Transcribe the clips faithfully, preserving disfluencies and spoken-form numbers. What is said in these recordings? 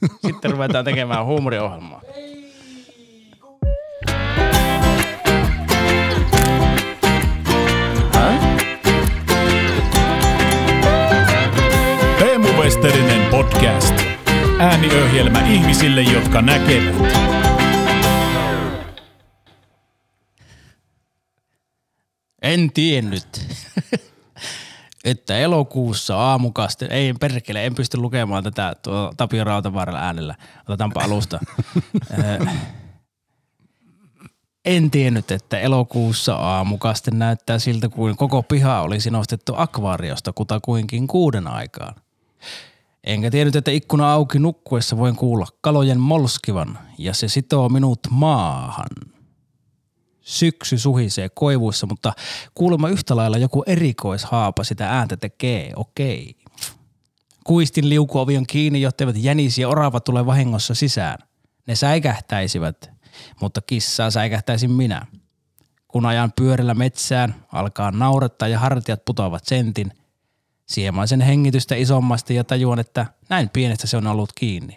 Sitten ruvetaan tekemään huumoriohjelmaa. Teemu Westerinen podcast. Ääniohjelma ihmisille, jotka näkevät. En tiennyt, että elokuussa aamukaste, ei perkele, en pysty lukemaan tätä tuo Tapio Rautavaaralla äänellä. Otetaanpa alusta. En tiennyt, että elokuussa aamukaste näyttää siltä, kuin koko piha olisi nostettu akvaariosta kutakuinkin kuuden aikaan. Enkä tiennyt, että ikkuna auki nukkuessa voin kuulla kalojen molskivan ja se sitoo minut maahan. Syksy suhisee koivuissa, mutta kuulemma yhtä lailla joku erikoishaapa sitä ääntä tekee, okei. Kuistin liukuovi on kiinni, jotteivät jänis ja orava tule vahingossa sisään. Ne säikähtäisivät, mutta kissaa säikähtäisin minä. Kun ajan pyörällä metsään, alkaa naurattaa ja hartiat putoavat sentin. Siemaisen hengitystä isommasti ja tajuan, että näin pienestä se on ollut kiinni.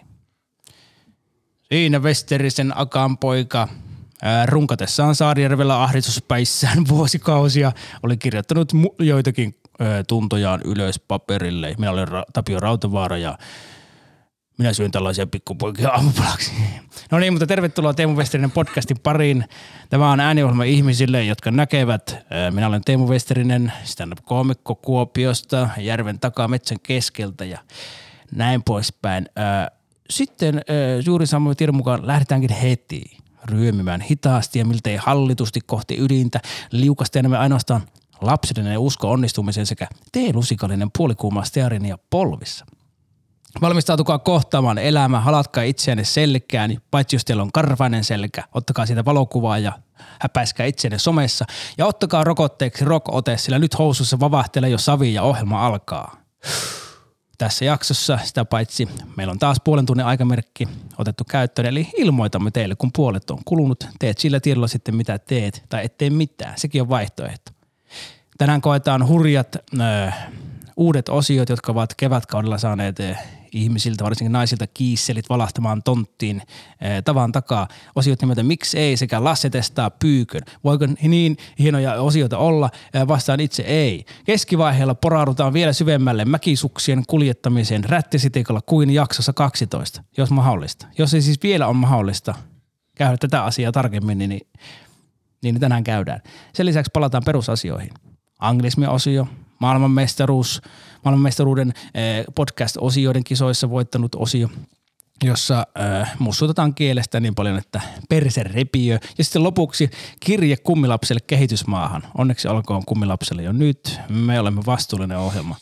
Siinä Westerisen Akan poika ää, runkatessaan Saarijärvellä ahdistuspäissään vuosikausia oli kirjoittanut mu- joitakin ää, tuntojaan ylös paperille. Minä olen Ra- Tapio Rautavaara ja minä syön tällaisia pikkupoikia aamupalaksi. No niin, mutta tervetuloa Teemu Westerinen podcastin pariin. Tämä on ääniohjelma ihmisille, jotka näkevät. Minä olen Teemu Westerinen, stand-up-koomikko Kuopiosta, järven takaa metsän keskeltä ja näin poispäin. Sitten juuri samoin tiedon mukaan lähdetäänkin heti ryömimään hitaasti ja miltei hallitusti kohti ydintä. Liukasteemme ainoastaan lapsellinen usko onnistumiseen sekä teelusikallinen puolikuuma stearinia polvissa. Valmistautukaa kohtaamaan elämä, halatkaa itseänne selkään, paitsi jos teillä on karvainen selkä, ottakaa siitä valokuvaa ja häpäiskää itseänne somessa ja ottakaa rokotteeksi rock-ote, sillä nyt housussa vavahtelee jo savi ja ohjelma alkaa. Tässä jaksossa sitä paitsi meillä on taas puolen tunnin aikamerkki otettu käyttöön, eli ilmoitamme teille, kun puolet on kulunut, teet sillä tiedolla sitten mitä teet tai ettei mitään, sekin on vaihtoehto. Tänään koetaan hurjat öö, uudet osiot, jotka ovat kevätkaudella saaneet ihmisiltä, varsinkin naisilta, kiisselit valahtamaan tonttiin eh, tavan takaa. Osiot nimeltä Miksi ei sekä Lasse testaa pyykön. Voiko niin hienoja osioita olla? Eh, vastaan itse ei. Keskivaiheella poraudutaan vielä syvemmälle mäkisuksien kuljettamiseen rättisitikolla kuin jaksossa kaksitoista, jos mahdollista. Jos ei siis vielä on mahdollista käydä tätä asiaa tarkemmin, niin, niin tänään käydään. Sen lisäksi palataan perusasioihin. Anglismi-osio, maailmanmestaruus, maailmanmestaruuden eh, podcast-osioiden kisoissa voittanut osio, jossa eh, mussutetaan kielestä niin paljon, että perse repiö. Ja sitten lopuksi kirje kummilapselle kehitysmaahan. Onneksi olkoon kummilapselle jo nyt. Me olemme vastuullinen ohjelma.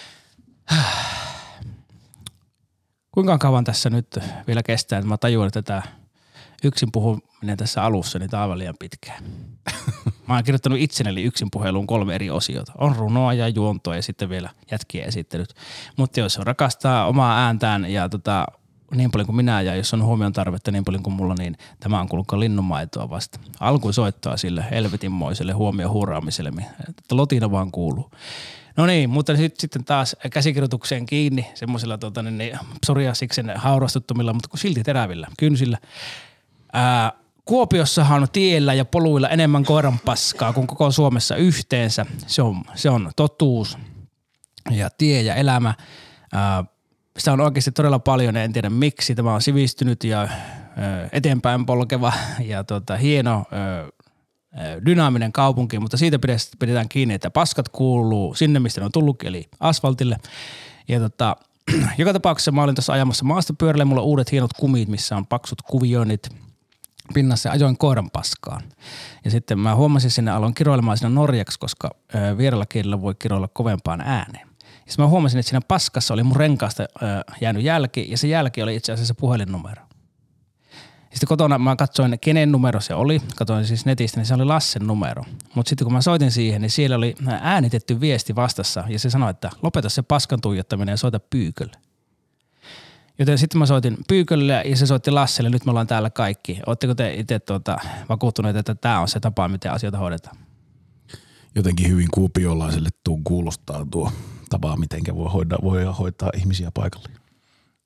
Kuinka kauan tässä nyt vielä kestää, että mä tajuan, että tätä yksin puhuminen tässä alussa, niin tämä on aivan liian pitkään. Mä oon kirjoittanut itselleni yksin puheluun kolme eri osiota. On runoa ja juontoa ja sitten vielä jätkien esittelyt. Mutta jos rakastaa omaa ääntään ja tota, niin paljon kuin minä ja jos on huomion tarvetta niin paljon kuin mulla, niin tämä on kuulkaa linnunmaitoa vasta. Alkuun soittaa sille helvetinmoiselle huomioon huuraamiselle, että lotina vaan kuuluu. No niin, mutta sit, sitten taas käsikirjoitukseen kiinni semmoisilla tota, niin, psoriasiksen haurastuttomilla, mutta kun silti terävillä kynsillä. Ää, Kuopiossahan on tiellä ja poluilla enemmän koiran paskaa kuin koko Suomessa yhteensä. Se on, se on totuus ja tie ja elämä. Ää, sitä on oikeasti todella paljon, en tiedä miksi. Tämä on sivistynyt ja ää, eteenpäin polkeva ja tota, hieno ää, dynaaminen kaupunki, mutta siitä pidetään kiinni, että paskat kuuluu sinne, mistä ne on tullut, eli asfaltille. Ja tota, joka tapauksessa mä olin tuossa ajamassa maastopyörällä, mulla on uudet hienot kumit, missä on paksut kuvioinnit pinnassa, ajoin koiran paskaan. Ja sitten mä huomasin sinne, aloin kiroilemaan siinä norjaksi, koska ö, vierellä kielellä voi kiroilla kovempaan ääneen. Ja sitten mä huomasin, että siinä paskassa oli mun renkaasta ö, jäänyt jälki, ja se jälki oli itse asiassa puhelinnumero. Ja sitten kotona mä katsoin, kenen numero se oli, katsoin siis netistä, niin se oli Lassen numero. Mutta sitten kun mä soitin siihen, niin siellä oli äänitetty viesti vastassa, ja se sanoi, että lopeta se paskan tuijottaminen ja soita Pyykölle. Joten sitten mä soitin Pyykölle ja se soitti Lasselle, nyt me ollaan täällä kaikki. Ootteko te itse tuota, vakuuttuneet, että tämä on se tapa, miten asioita hoidetaan? Jotenkin hyvin kuopiolaiselle tuun kuulostaa tuo tapa, miten voi hoitaa, voi hoitaa ihmisiä paikalle.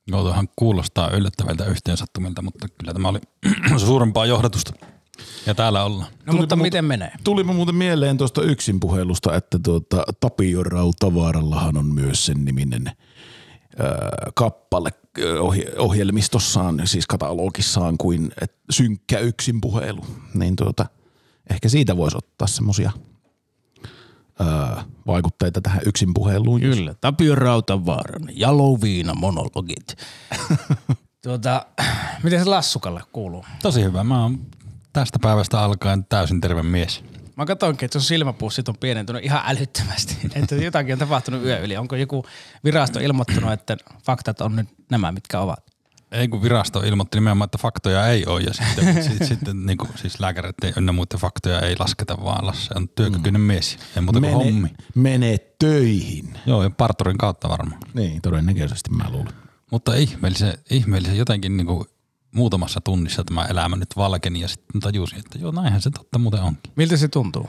Joo, tuohan kuulostaa yllättävältä yhteensattumilta, mutta kyllä tämä oli suurempaa johdatusta. Ja täällä ollaan. No mutta muuten, miten menee? Tulipa muuten mieleen tuosta yksin puhelusta, että tuota, Tapio Rautavaarallahan on myös sen niminen äh, kappale ohje- ohjelmistossaan, siis katalogissaan kuin et, synkkä yksin puhelu. Niin tuota, ehkä siitä voisi ottaa semmosia äh, vaikutteita tähän yksin puheluun. Kyllä, Tapio Rautavaaran Jaloviina monologit. tuota, miten se Lassukalle kuuluu? Tosi hyvä. Mä oon tästä päivästä alkaen täysin terve mies. Mä katsoinkin, että sun silmäpussit on pienentynyt ihan älyttömästi. Että jotakin on tapahtunut yö yli. Onko joku virasto ilmoittanut, että faktat on nyt nämä, mitkä ovat? Ei kun virasto ilmoitti nimenomaan, että faktoja ei ole ja sitten, sitten, sitten niin kuin, siis lääkäreiden ynnä muiden faktoja ei lasketa, vaan Lasse on työkykyinen mm. mies. Ei muuta kuin mene, hommi. Mene töihin. Joo, ja parturin kautta varmaan. Niin, todennäköisesti mä luulen. Mutta ihmeellisen, ihmeellisen jotenkin niin kuin muutamassa tunnissa tämä elämä nyt valkeni ja sitten tajusin, että joo, näinhän se totta muuten onkin. Miltä se tuntuu?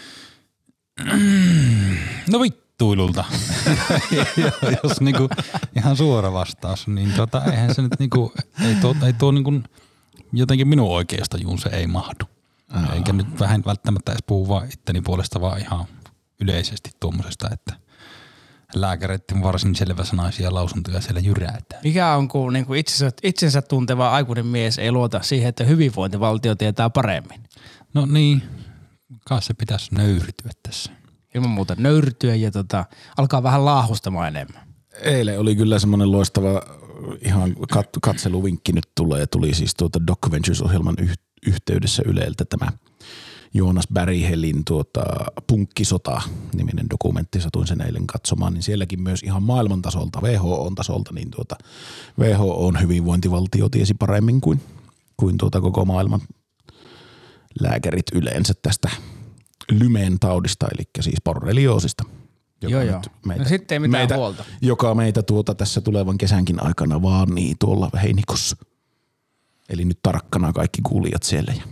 No vittuilulta. Jos niinku ihan suora vastaus, niin tota, eihän se nyt niinku, ei tuo, ei tuo niinku, jotenkin minun oikeustajuun se ei mahdu. Aa. Eikä nyt vähän välttämättä edes puhu vaan itteni puolesta, vaan ihan yleisesti tuommoisesta, että lääkäreiden varsin selväsanaisia lausuntoja siellä jyräätään. Mikä on, kun niin kuin itsensä, itsensä tunteva aikuinen mies ei luota siihen, että hyvinvointivaltio tietää paremmin? No niin, kai se pitäisi nöyrtyä tässä. Ilman muuta nöyrtyä ja tota, alkaa vähän laahustamaan enemmän. Eilen oli kyllä semmoinen loistava ihan kat- katseluvinkki nyt tulee. Tuli siis tuota Doc Ventures-ohjelman yh- yhteydessä Yleltä tämä Joonas Berghelin tuota Punkkisota-niminen dokumentti, satuin sen eilen katsomaan, niin sielläkin myös ihan maailman tasolta, W H O-tasolta, niin tuota W H O:n hyvinvointivaltio tiesi paremmin kuin, kuin tuota koko maailman lääkärit yleensä tästä Lymen taudista, eli siis borrelioosista. Joo, joo. Meitä, no sitten ei mitään meitä, huolta. Joka meitä tuota tässä tulevan kesänkin aikana vaan niin tuolla heinikossa. Eli nyt tarkkana kaikki kuulijat siellä ja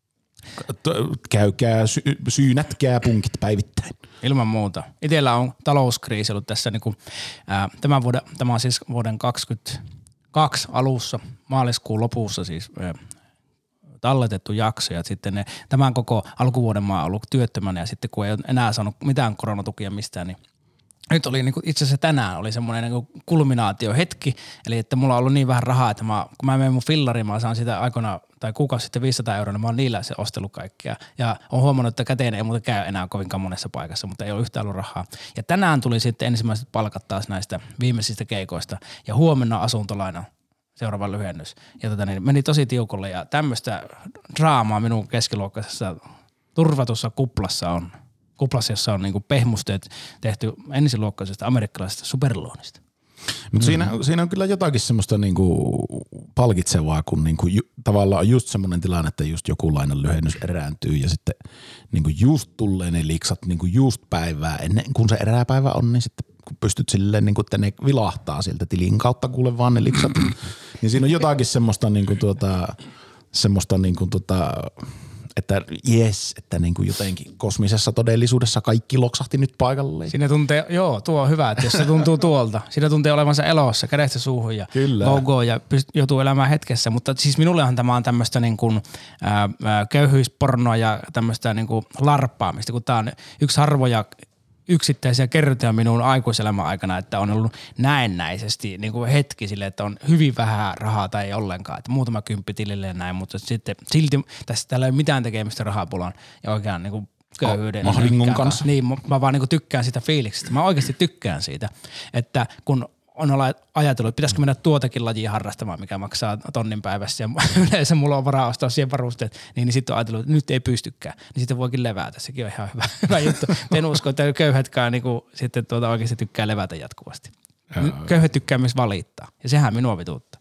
käykää, sy- syynätkää punkit päivittäin. Ilman muuta. Itellä on talouskriisi ollut tässä niinku, ää, tämän vuoden, tämä on siis vuoden kaksikymmentäkaksi alussa, maaliskuun lopussa siis ää, talletettu jakso ja sitten ne, tämän koko alkuvuoden mä oon ollut työttömänä ja sitten kun ei ole enää saanut mitään koronatukia mistään, niin nyt oli niinku, itse asiassa tänään oli semmoinen niinku kulminaatiohetki, eli että mulla on ollut niin vähän rahaa, että mä, kun mä menen mun fillariin, mä saan sitä aikoina tai kuukausi sitten viisisataa euroa, niin mä oon niillä se ostellut kaikkea. Ja oon huomannut, että käteen ei muuten käy enää kovinkaan monessa paikassa, mutta ei ole yhtään ollut rahaa. Ja tänään tuli sitten ensimmäiset palkat taas näistä viimeisistä keikoista ja huomenna asuntolaina seuraava lyhennys. Ja tota niin, meni tosi tiukolle ja tämmöistä draamaa minun keskiluokkaisessa turvatussa kuplassa on. Kuplassa, jossa on niinku pehmusteet tehty ensiluokkaisesta amerikkalaisesta superloonista. Mutta mm-hmm. siinä, siinä on kyllä jotakin semmoista niinku palkitsevaa, kun niinku ju, tavallaan on just semmoinen tilanne, että just joku lainan lyhennys erääntyy ja sitten niinku just tulee ne liksat niinku just päivää ennen kun se eräpäivä on, niin sitten kun pystyt silleen, niinku, että ne vilahtaa sieltä tilin kautta kuule vaan ne liksat, niin siinä on jotakin semmoista niinku tuota, semmoista niinku tota, että jes, että niin kuin jotenkin kosmisessa todellisuudessa kaikki loksahti nyt paikalleen. Siinä tuntee, joo, tuo on hyvä, että jos se tuntuu tuolta, siinä tuntee olevansa elossa, kädestä suuhun ja go go ja pyst- joutuu elämään hetkessä. Mutta siis minullehan tämä on tämmöistä niin kuin ää, ää, köyhyyspornoa ja tämmöistä niin kuin larppaamista, kun tämä on yksi harvoja yksittäisiä kertoja minun aikuiselämän aikana, että on ollut näennäisesti niin kuin hetki sille, että on hyvin vähän rahaa tai ei ollenkaan, että muutama kymppi tilille ja näin, mutta sitten silti tässä täällä ei ole mitään tekemistä rahapulan ja oikean niin kuin köyhyyden. Mahdingon kanssa. Niin, mä vaan niin kuin tykkään sitä fiiliksestä. Mä oikeasti tykkään siitä, että kun on ajatellut, että pitäisikö mennä tuotakin lajia harrastamaan, mikä maksaa tonnin päivässä ja yleensä mulla on varaa ostaa siihen varusteet, niin, niin sitten on ajatellut, että nyt ei pystykään. Niin sitten voikin levätä, sekin on ihan hyvä, hyvä juttu. En usko, että köyhätkään niin kuin, sitten tuota oikeasti tykkää levätä jatkuvasti. Köyhät tykkää myös valittaa ja sehän minua vituuttaa.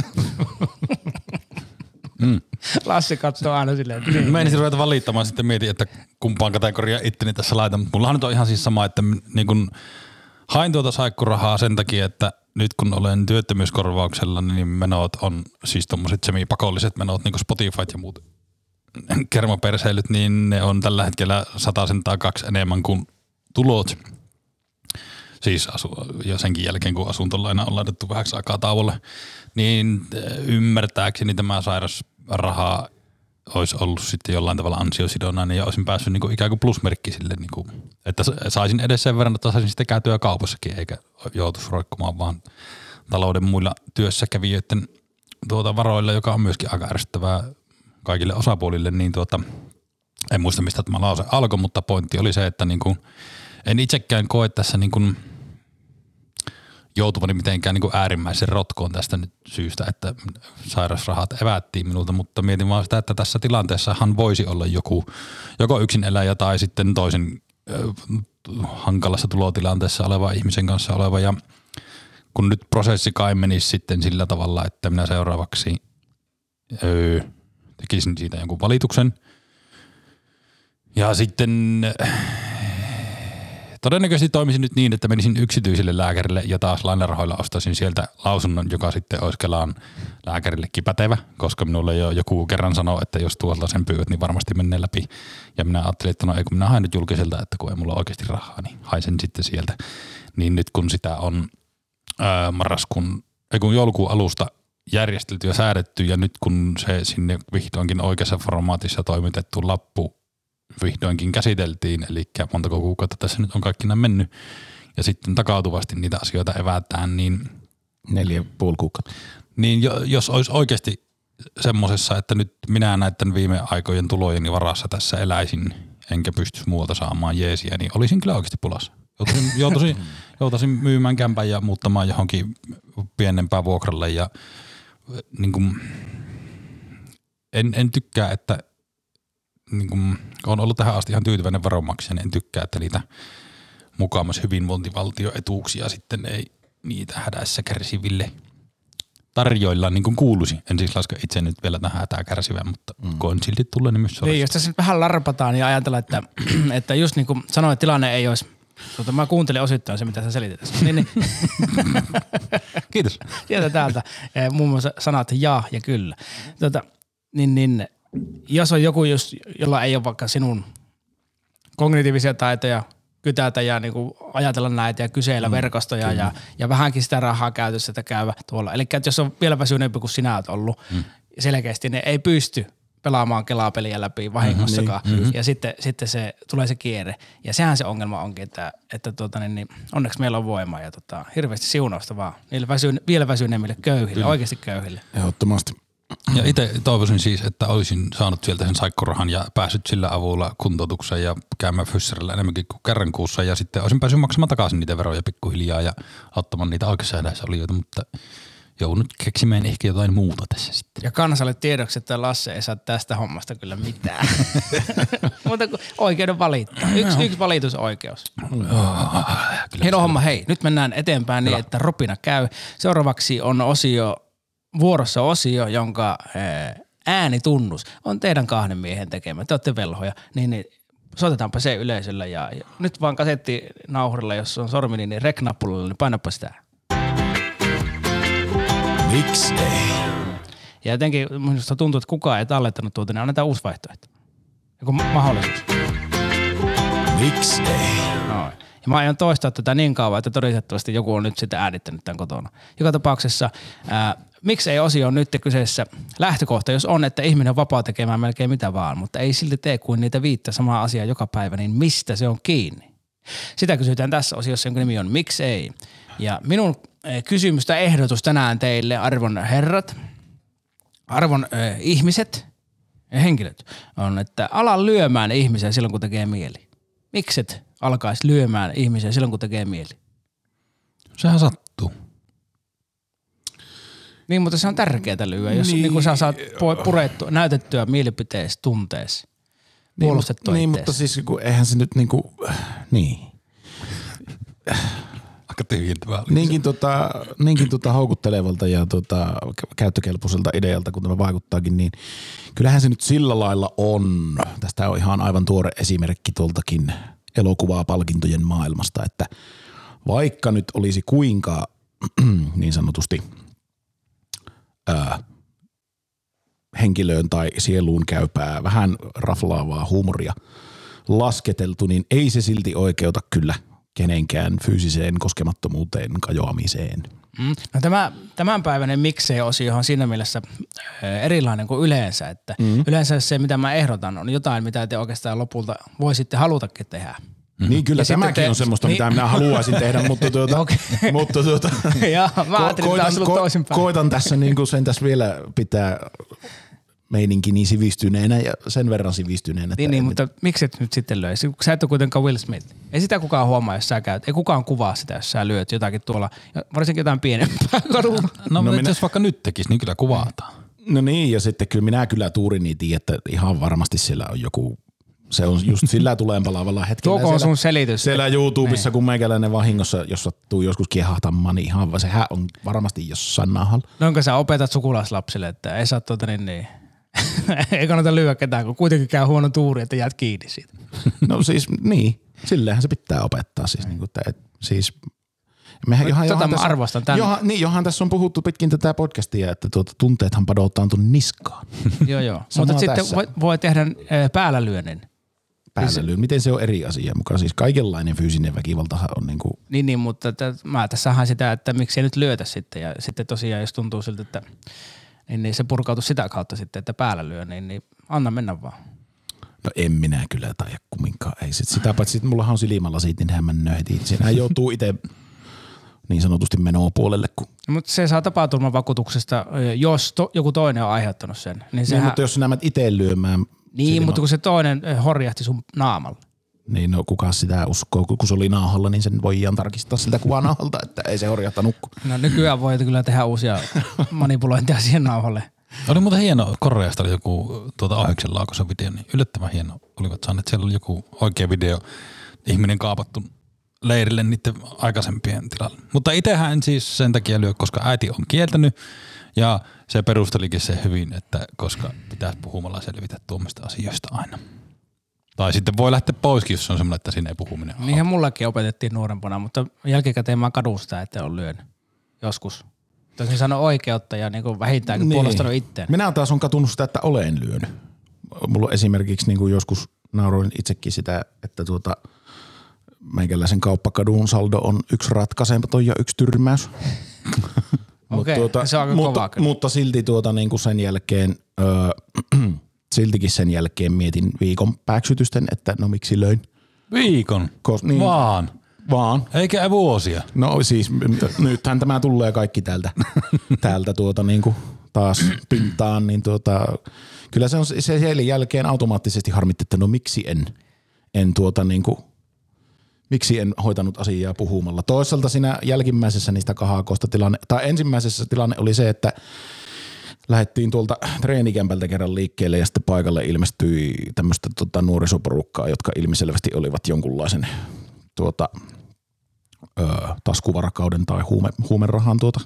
Mm. Lassi katsoo aina silleen, että niin. Mä enisin ruveta valittamaan, sitten mietin, että kumpaan kategoriaan itteni tässä laitan, mutta mullahan nyt on ihan siis sama, että niin kun hain tuota saikkurahaa sen takia, että nyt kun olen työttömyyskorvauksella, niin menot on siis tommoset semipakolliset menot, niin kuin Spotify ja muut kermaperseilyt, niin ne on tällä hetkellä satasen tai kaksi enemmän kuin tulot. siis asu, ja senkin jälkeen kun asuntolaina on laitettu vähäksi aikaa tauolle, niin ymmärtääkseni tämä sairausraha olisi ollut sitten jollain tavalla ansiosidonnainen ja olisin päässyt niinku ikään kuin plusmerkki sille, niinku, että saisin edes sen verran, että saisin sitten käytyä kaupassakin eikä joutuisi roikkumaan vaan talouden muilla työssäkävijöiden tuota varoilla, joka on myöskin aika ärsyttävää kaikille osapuolille, niin tuota, en muista mistä tämä lause alkoi, mutta pointti oli se, että niinku, en itsekään koe tässä niinku joutuvani mitenkään niinku äärimmäisen rotkoon tästä nyt syystä, että sairausrahat evättiin minulta, mutta mietin vaan sitä, että tässä tilanteessahan voisi olla joku, joko yksin eläjä tai sitten toisen äh, hankalassa tulotilanteessa oleva ihmisen kanssa oleva ja kun nyt prosessi kai menisi sitten sillä tavalla, että minä seuraavaksi öö, tekisin siitä jonkun valituksen ja sitten todennäköisesti toimisin nyt niin, että menisin yksityiselle lääkärille ja taas lainarahoilla ostaisin sieltä lausunnon, joka sitten olisi Kelan lääkärillekin pätevä, koska minulle jo joku kerran sanoi, että jos tuolta sen pyyvät, niin varmasti menee läpi. Ja minä ajattelin, että no ei kun minä haen nyt julkiselta, että kun ei mulla oikeasti rahaa, niin haisen sitten sieltä. Niin nyt kun sitä on ää, marraskuun, ei kun joulukuun alusta järjestelty ja säädetty ja nyt kun se sinne vihdoinkin oikeassa formaatissa toimitettu lappu vihdoinkin käsiteltiin, eli montako kuukautta tässä nyt on kaikki näin mennyt, ja sitten takautuvasti niitä asioita evätään, niin Neljä puoli kuukautta. Niin jos olisi oikeasti semmoisessa, että nyt minä näiden viime aikojen tulojeni varassa tässä eläisin, enkä pystyisi muualta saamaan jeesiä, niin olisin kyllä oikeasti pulassa. Joutuisin, joutuisin, joutuisin myymään kämpän ja muuttamaan johonkin pienempään vuokralle, ja niin kuin, en, en tykkää, että niin kuin, olen ollut tähän asti ihan tyytyväinen veronmaksaja, niin en tykkää, että niitä mukaamassa hyvinvointivaltioetuuksia sitten ei niitä hädässä kärsiville tarjoilla niin kuin kuuluisi. En siis laske itse nyt vielä tähän hätää kärsivään, mutta mm. koen silti tulla, niin myös niin, jos tässä nyt vähän larpataan ja ajatellaan, että, että just niin kuin sanoin, että tilanne ei olisi, tuota, mä kuuntelin osittain se, mitä sä selitit tässä. Niin, niin. Kiitos. Sieltä täältä muun muassa sanat ja ja kyllä. Tuota, niin, niin jos on joku, just, jolla ei ole vaikka sinun kognitiivisia taitoja kytätä ja niin kuin ajatella näitä ja kyseillä mm, verkostoja ja, ja vähänkin sitä rahaa käytössä, että käyvä tuolla. Eli jos on vielä väsyneempi kuin sinä olet ollut, mm. selkeästi ne ei pysty pelaamaan Kelaa-peliä läpi vahingossakaan. Mm-hmm, mm-hmm. Ja sitten, sitten se tulee se kierre. Ja sehän se ongelma onkin, että, että tuota, niin, niin, onneksi meillä on voimaa ja tota, hirveästi siunausta vaan niille väsyne, vielä väsyneemmille köyhille, Kyllä. oikeasti köyhille. Ehdottomasti. Ja itse toivoisin siis, että olisin saanut sieltä sen saikkorahan ja päässyt sillä avulla kuntoutukseen ja käymään fyssarilla enemmänkin kuin kerran kuussa ja sitten olisin päässyt maksamaan takaisin niitä veroja pikkuhiljaa ja auttamaan niitä oikeassa hädässä olijoita, mutta joudun keksimään ehkä jotain muuta tässä sitten. Ja kansalle tiedoksi, että Lasse ei saa tästä hommasta kyllä mitään. Mutta oikeuden valittaa. Yksi, yksi valitusoikeus. Oh, Hieno homma. Hei, nyt mennään eteenpäin niin, että Ropina käy. Seuraavaksi on osio, vuorossa osio, jonka äänitunnus on teidän kahden miehen tekemä. Te olette velhoja. Niin, niin soitetaanpa se yleisöllä ja, ja nyt vaan kasettinauhurilla, jos on sormi, niin rek-nappulilla, niin painapa sitä. Miksi ei? Ja jotenkin minusta tuntuu, että kukaan ei tallettanut tuota, niin annetaan uusi vaihtoehto. Joku mahdollisuus. Miksi ei? No. Ja mä aion toistaa tätä niin kauan, että todistettavasti joku on nyt sitä äänittänyt tämän kotona. Joka tapauksessa, ää, miksi ei osio on nyt kyseessä lähtökohta, jos on, että ihminen on vapaa tekemään melkein mitä vaan, mutta ei silti tee kuin niitä viittä samaa asiaa joka päivä, niin mistä se on kiinni? Sitä kysytään tässä osiossa, jonka nimi on Miksi ei? Ja minun kysymys tai ehdotus tänään teille, arvon herrat, arvon äh, ihmiset ja henkilöt, on, että ala lyömään ihmisiä silloin, kun tekee mieli. Mikset alkaisi lyömään ihmisiä silloin, kun tekee mieli? Sehän sattuu. Niin, mutta se on tärkeää lyödä, jos niin, niin kun sä saat purettua, näytettyä mielipiteesi, tunteesi, puolustettua Niin, mutta siis kun eihän se nyt niinku, niin. Aika tyhjentävää. Niinkin, tota, niinkin tota houkuttelevalta ja tota käyttökelpoiselta idealta, kun tämä vaikuttaakin, niin kyllähän se nyt sillä lailla on. Tästä on ihan aivan tuore esimerkki tuoltakin elokuvapalkintojen maailmasta, että vaikka nyt olisi kuinka niin sanotusti ää, henkilöön tai sieluun käypää vähän raflaavaa huumoria lasketeltu, niin ei se silti oikeuta kyllä kenenkään fyysiseen koskemattomuuteen kajoamiseen. Mm. No tämä tämänpäiväinen miksei-osio on siinä mielessä erilainen kuin yleensä, että mm. yleensä se, mitä mä ehdotan, on jotain, mitä te oikeastaan lopulta voisitte halutakin tehdä. Mm-hmm. Niin kyllä, ja tämäkin te, on semmoista, niin, mitä minä haluaisin tehdä, mutta tuota, okay. mutta tuota ja, mä ajattelin, ko- koitan, ko- toisinpäin. koitan tässä niin kuin sen tässä vielä pitää meininki niin sivistyneenä ja sen verran sivistyneenä. Niin, niin mutta miksi et nyt sitten löi? Sä et ole kuitenkaan Will Smith. Ei sitä kukaan huomaa, jos sä käyt. Ei kukaan kuvaa sitä, jos sä lyöt jotakin tuolla, varsinkin jotain pienempää kadulla. No, no minä, jos vaikka nyt tekisi, niin kyllä kuvataan. No niin, ja sitten kyllä minä kyllä tuurini tiedän, että ihan varmasti siellä on joku, se on just sillä tuleen palaavalla hetkellä. Tuoko on sun selitys? Siellä YouTubessa, kun meikäläinen vahingossa, jos sattuu joskus kiehahtamaan, niin ihan sehän on varmasti jossain nahalla. No onko sä opetat sukulaislapsille, että ei saa tuota niin niin. Ei kannata lyödä ketään, kun kuitenkin käy huono tuuri, että jäät kiinni siitä. No siis niin, silleenhän se pitää opettaa. Siis, niin kuin, että, siis, mehän, johan, tota johan mä tässä, arvostan tämän. Johan, niin, johan tässä on puhuttu pitkin tätä podcastia, että tuota, tunteethan padottaa tuon niskaan. Joo joo, mutta sitten voi, voi tehdä äh, päällä lyönnin. Päällä lyönnin, miten se on eri asia mukaan? Siis kaikenlainen fyysinen väkivaltahan on niin kuin. Niin, niin mutta t- mä tässä haen sitä, että miksi ei nyt lyötä sitten ja sitten tosiaan jos tuntuu siltä, että Niin, niin se purkautuu sitä kautta sitten, että päällä lyö, niin, niin anna mennä vaan. No en minä kyllä taida kumminkaan. Ei sit sitä paitsi, että mullahan on silmälasit, niin hän mennä heti. Siinähän joutuu itse niin sanotusti menoa puolelle. Kun. Mutta se saa tapaturman vakuutuksesta, jos to, joku toinen on aiheuttanut sen. Niin, niin sehän, mutta jos sinä menet itse lyömään. Niin, silmä, mutta kun se toinen horjahti sun naamalla. Niin no kuka sitä uskoo, kun se oli naahalla, niin sen voidaan tarkistaa siltä kuvanauhalta, että ei se horjahtanut. No nykyään voi kyllä tehdä uusia manipulointeja siihen nauhalle. Oli muuten hieno, Koreasta oli joku tuota Aheksen Laakossa video, niin yllättävän hieno olivat saaneet. Siellä oli joku oikea video, ihminen kaapattu leirille niiden aikaisempien tilalle. Mutta itsehän en siis sen takia lyö, koska äiti on kieltänyt ja se perustelikin se hyvin, että koska pitäisi puhumalla selvitä tuommoista asioista aina. Tai sitten voi lähteä poiskin, jos on semmoinen, että siinä ei puhuminen ole. Niinhän mullakin opetettiin nuorempana, mutta jälkikäteen mä kadun sitä, että on lyönyt joskus. Tosin sano oikeutta ja niin vähintäänkin niin. Puolustanut itseään. Minä taas on katunut sitä, että olen lyönyt. Mulla esimerkiksi niin kuin joskus nauroin itsekin sitä, että tuota, meikäläisen kauppakadun saldo on yksi ratkaisematon ja yksi tyrmäys. Okei, tuota, se on aika mutta, kovaa kyllä. Mutta silti tuota, niin kuin sen jälkeen, öö, siltikin sen jälkeen mietin viikon pääksytysten, että no miksi löin. Viikon? Kos, niin, Vaan? Vaan. Eikä vuosia? No siis nythän tämä tulee kaikki täältä, täältä tuota niinku taas pintaan, niin tuota, kyllä se on se sen jälkeen automaattisesti harmitti, että no miksi en, en tuota niinku, miksi en hoitanut asiaa puhumalla. Toisaalta siinä jälkimmäisessä niistä kahakoista tilanne, tai ensimmäisessä tilanne oli se, että lähdettiin tuolta treenikämpältä kerran liikkeelle ja sitten paikalle ilmestyi tämmöistä tota, nuorisoporukkaa, jotka ilmiselvästi olivat jonkunlaisen tuota, ö, taskuvarakauden tai huume, huumerahan tuota,